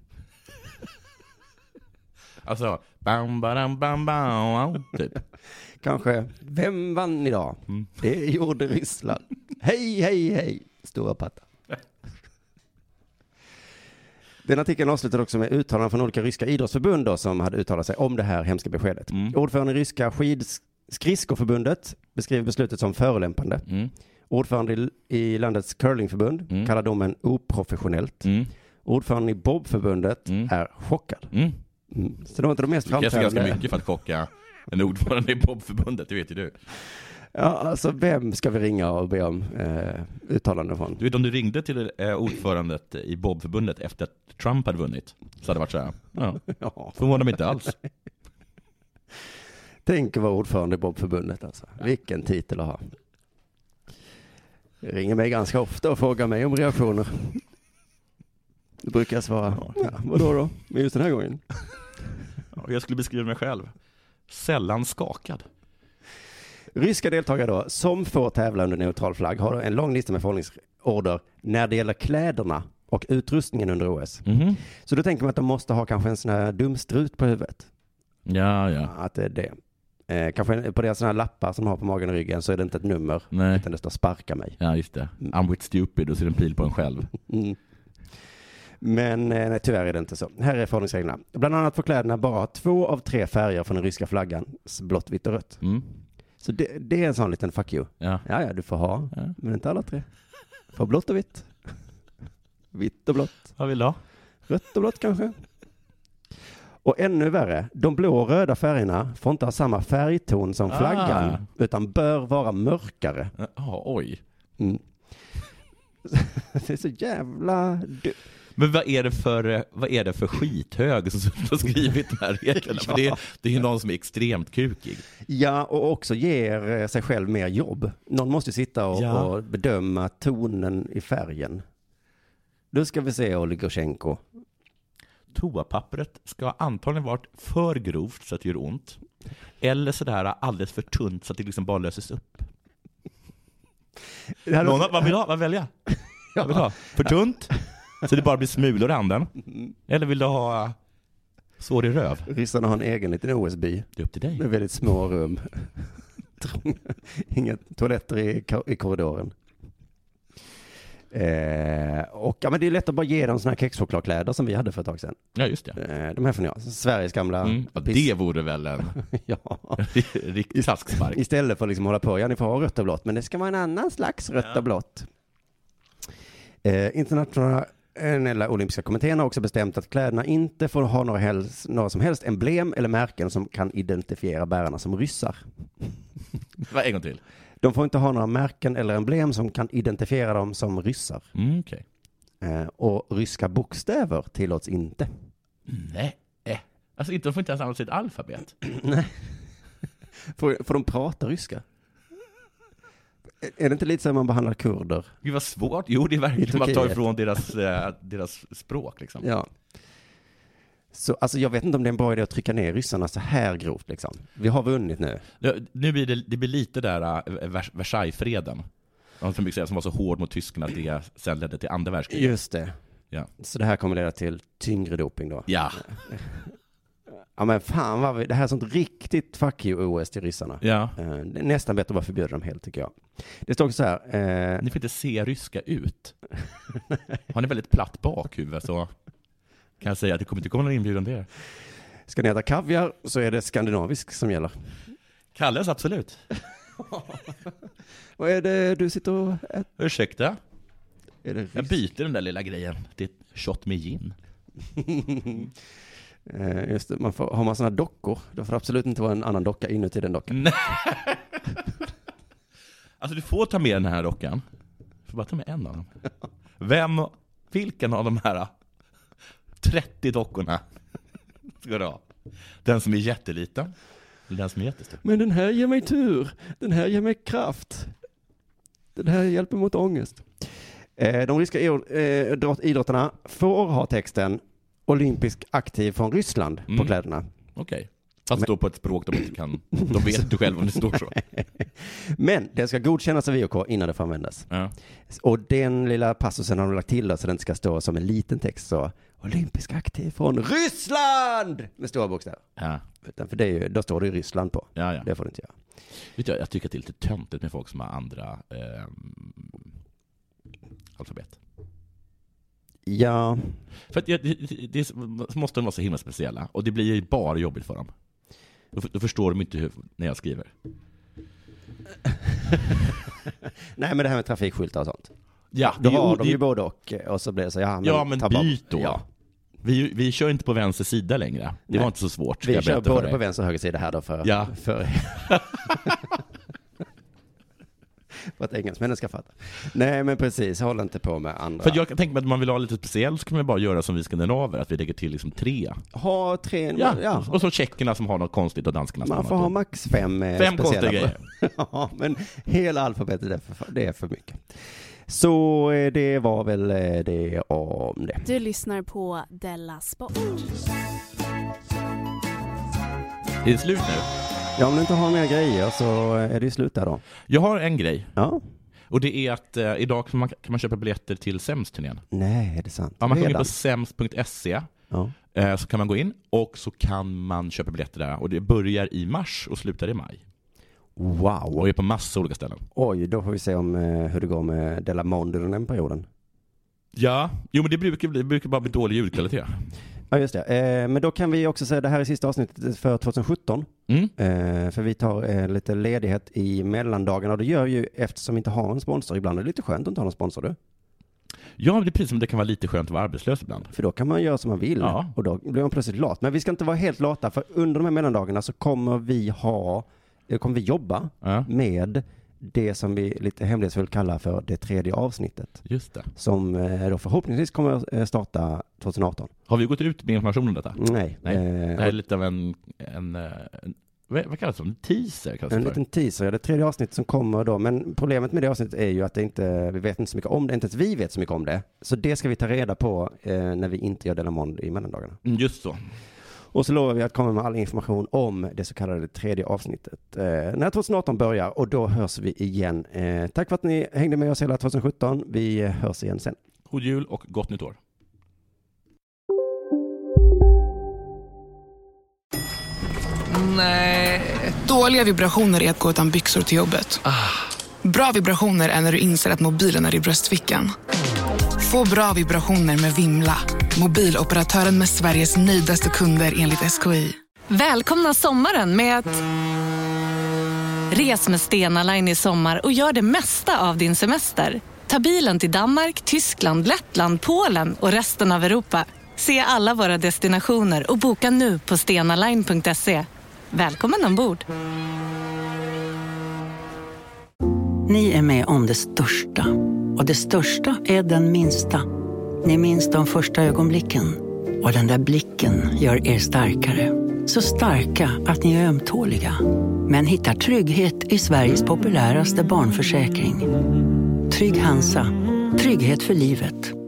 Alltså, bam, bam, bam, bam, typ. Kanske, vem vann idag? Det gjorde Ryssland. Hej, hej, hej, stora patta. Den artikeln avslutade också med uttalanden från olika ryska idrottsförbund då, som hade uttalat sig om det här hemska beskedet. Ordförande i ryska skridskoförbundet beskriver beslutet som förolämpande. Ordförande i landets curlingförbund kallar domen oprofessionellt. Ordförande i bobförbundet är chockad. Så det var inte de mest framträdande. Det krävs ganska mycket för att chocka en ordförande i bobförbundet, det vet ju du. Ja, alltså vem ska vi ringa och be om uttalanden från? Du vet, om du ringde till ordförandet i bobförbundet efter att Trump hade vunnit, så hade det varit så här. Ja. Förvånar mig inte alls. Tänk att vara ordförande i bobförbundet alltså. Vilken titel att ha. Ringer mig ganska ofta och frågar mig om reaktioner. Då brukar jag svara, vadå då? Men just den här gången. Jag skulle beskriva mig själv. Sällan skakad. Ryska deltagare då, som får tävla under neutral flagg, har en lång lista med förhållningsorder när det gäller kläderna och utrustningen under OS. Så då tänker man att de måste ha kanske en sån här dumstrut på huvudet. Ja. Att det är det. Kanske på deras såna här lappar som de har på magen och ryggen så är det inte ett nummer. Nej. Utan det står sparka mig. Ja, just det. I'm with stupid och så är det en pil på en själv. Men nej, tyvärr är det inte så. Här är förhållningsreglerna. Bland annat får kläderna bara 2 av 3 färger från den ryska flaggan. Blått, vitt och rött. Så det är en sån liten fuck you. Ja, du får ha. Men inte alla 3. Får blått och vitt. Vitt och blått. Vad vill du ha? Rött och blått kanske. Och ännu värre, de blå och röda färgerna får inte ha samma färgton som flaggan, utan bör vara mörkare. Oj. Det är så jävla... Men vad är det för skithög som har skrivit den här reglerna? För det är ju någon som är extremt kukig. Ja, och också ger sig själv mer jobb. Någon måste sitta och bedöma tonen i färgen. Då ska vi se Oligoshenko. Toapappret ska antagligen varit för grovt så att det gör ont. Eller sådär alldeles för tunt så att det liksom bara löses upp. Vad vill du ha? Vad välja? Vad vill du ha? För tunt? Så det bara blir smulor i handen? Eller vill du ha sår i röv? Ryssarna har en egen liten OS-by. Det är upp till dig. Med väldigt små rum. Inga toaletter i korridoren. Och men det är lätt att bara ge dem såna här kexchokladkläder som vi hade för ett tag sedan. Ja, just det. De här från Sveriges gamla... det vore väl en riktig taskspark. Istället för att liksom hålla på, ni får ha rött och blått, men det ska vara en annan slags rött och blått. Internationella olympiska kommittén har också bestämt att kläderna inte får ha några som helst emblem eller märken som kan identifiera bärarna som ryssar. Vad en gång till? De får inte ha några märken eller emblem som kan identifiera dem som ryssar. Okay. Och ryska bokstäver tillåts inte. Nej. Alltså de får inte ens använda sitt alfabet. Nej. Får de prata ryska? Är det inte lite så att man behandlar kurder? Gud vad svårt. Jo, det är verkligen man tar ifrån deras språk liksom. Ja. Så alltså jag vet inte om det är en bra idé att trycka ner ryssarna så här grovt liksom. Vi har vunnit nu. Nu blir det blir lite där Versaillesfreden. Som var så hård mot tyskarna att det sen ledde till andra världskriget. Just det. Ja. Så det här kommer leda till tyngre doping då. Ja. Ja men fan vad det här är sånt riktigt fuck you-OS till ryssarna. Ja. Det är nästan bättre att bara förbjuda dem helt tycker jag. Det står också så här. Ni får inte se ryska ut. Har ni väldigt platt bakhuvud så kan jag säga att det kommer inte komma någon inbjudan där. Ska ni äta kaviar så är det skandinavisk som gäller. Kalles absolut. Vad är det du sitter och äter? Ursäkta? Jag byter den där lilla grejen till ett shot med gin. Just det, har man sådana dockor då får det absolut inte vara en annan docka inuti den dockan. Nej. Alltså du får ta med den här dockan. Du får bara ta med en av dem. Vilken av de här 30 dockorna ska du ha? Den som är jätteliten eller den som är jättestor? Men den här ger mig tur. Den här ger mig kraft. Den här hjälper mot ångest. De ryska idrottarna får ha texten olympisk aktiv från Ryssland på kläderna. Okej. Fast då på ett språk de inte kan. De vet du själv om det står så. Men det ska godkännas av IOK innan det får användas. Ja. Och den lilla passusen har de lagt till då, så den ska stå som en liten text så olympisk aktiv från Ryssland med stora bokstäver. Ja. För det är ju, då står det ju Ryssland på. Ja. Det får du inte göra. Vet du, jag tycker att det är lite töntigt med folk som har andra alfabet. Ja. För att det måste de vara så himla speciella. Och det blir ju bara jobbigt för dem. Då förstår de inte när jag skriver. Nej, men det här med trafikskyltar och sånt. Ja, då har de ju både och så blir det så. Men byt då. Ja. Vi kör inte på vänster sida längre. Det var inte så svårt. Vi kör både på vänster och höger sida här då för att engelsmännen ska fatta. Nej, men precis. Håll inte på med andra. För jag kan tänka mig att man vill ha lite speciellt så kan man bara göra som vi skandinaver. Att vi lägger till liksom 3. Ha 3. Ja. Och så tjeckerna som har något konstigt och danskarna som man får ha max 5 konstiga grejer. Ja, men hela alfabetet det är för mycket. Så det var väl det om det. Du lyssnar på Della Sport. Det är slut nu. Ja, om du inte har mer grejer så är det slut där då. Jag har en grej. Ja. Och det är att idag kan man köpa biljetter till SEMS-turnén. Nej, är det sant? Ja, man kan gå in på sems.se. Ja. Så kan man gå in och så kan man köpa biljetter där. Och det börjar i mars och slutar i maj. Wow. Och är på massa olika ställen. Oj, då får vi se om hur det går med Della Monde under den perioden. Ja, men det brukar bara bli dålig ljudkvalitet. Ja, just det. Men då kan vi också säga att det här är sista avsnittet för 2017. För vi tar lite ledighet i mellandagarna. Och det gör ju, eftersom vi inte har en sponsor ibland, är det lite skönt att inte ha någon sponsor, du. Ja, det är precis som det kan vara lite skönt att vara arbetslös ibland. För då kan man göra som man vill. Ja. Och då blir man plötsligt lat. Men vi ska inte vara helt lata, för under de här mellandagarna så kommer vi jobba med det som vi lite hemlighetsfullt kallar för det 3:e avsnittet. Just det. Som då förhoppningsvis kommer starta 2018. Har vi gått ut med information om detta? Nej. Det här är lite av en vad kallas det? En teaser? En liten teaser, det 3:e avsnittet som kommer då. Men problemet med det avsnittet är ju att vi vet inte så mycket om det. Inte ens vi vet så mycket om det. Så det ska vi ta reda på när vi inte gör Della Monde i mellandagarna. Just så. Och så lovar vi att komma med all information om det så kallade 3:e avsnittet när 2018 börjar, och då hörs vi igen. Tack för att ni hängde med oss hela 2017. Vi hörs igen sen. God jul och gott nytt år. Nej. Dåliga vibrationer är att gå utan byxor till jobbet. Bra vibrationer är när du inser att mobilen är i bröstfickan. Få bra vibrationer med Vimla. Mobiloperatören med Sveriges nöjdaste kunder enligt SKI. Välkomna sommaren med att res med Stena Line i sommar och gör det mesta av din semester. Ta bilen till Danmark, Tyskland, Lettland, Polen och resten av Europa. Se alla våra destinationer och boka nu på stenaline.se. Välkommen ombord. Ni är med om det största. Och det största är den minsta. Ni minns de första ögonblicken. Och den där blicken gör er starkare. Så starka att ni är ömtåliga. Men hittar trygghet i Sveriges populäraste barnförsäkring. Trygg Hansa. Trygghet för livet.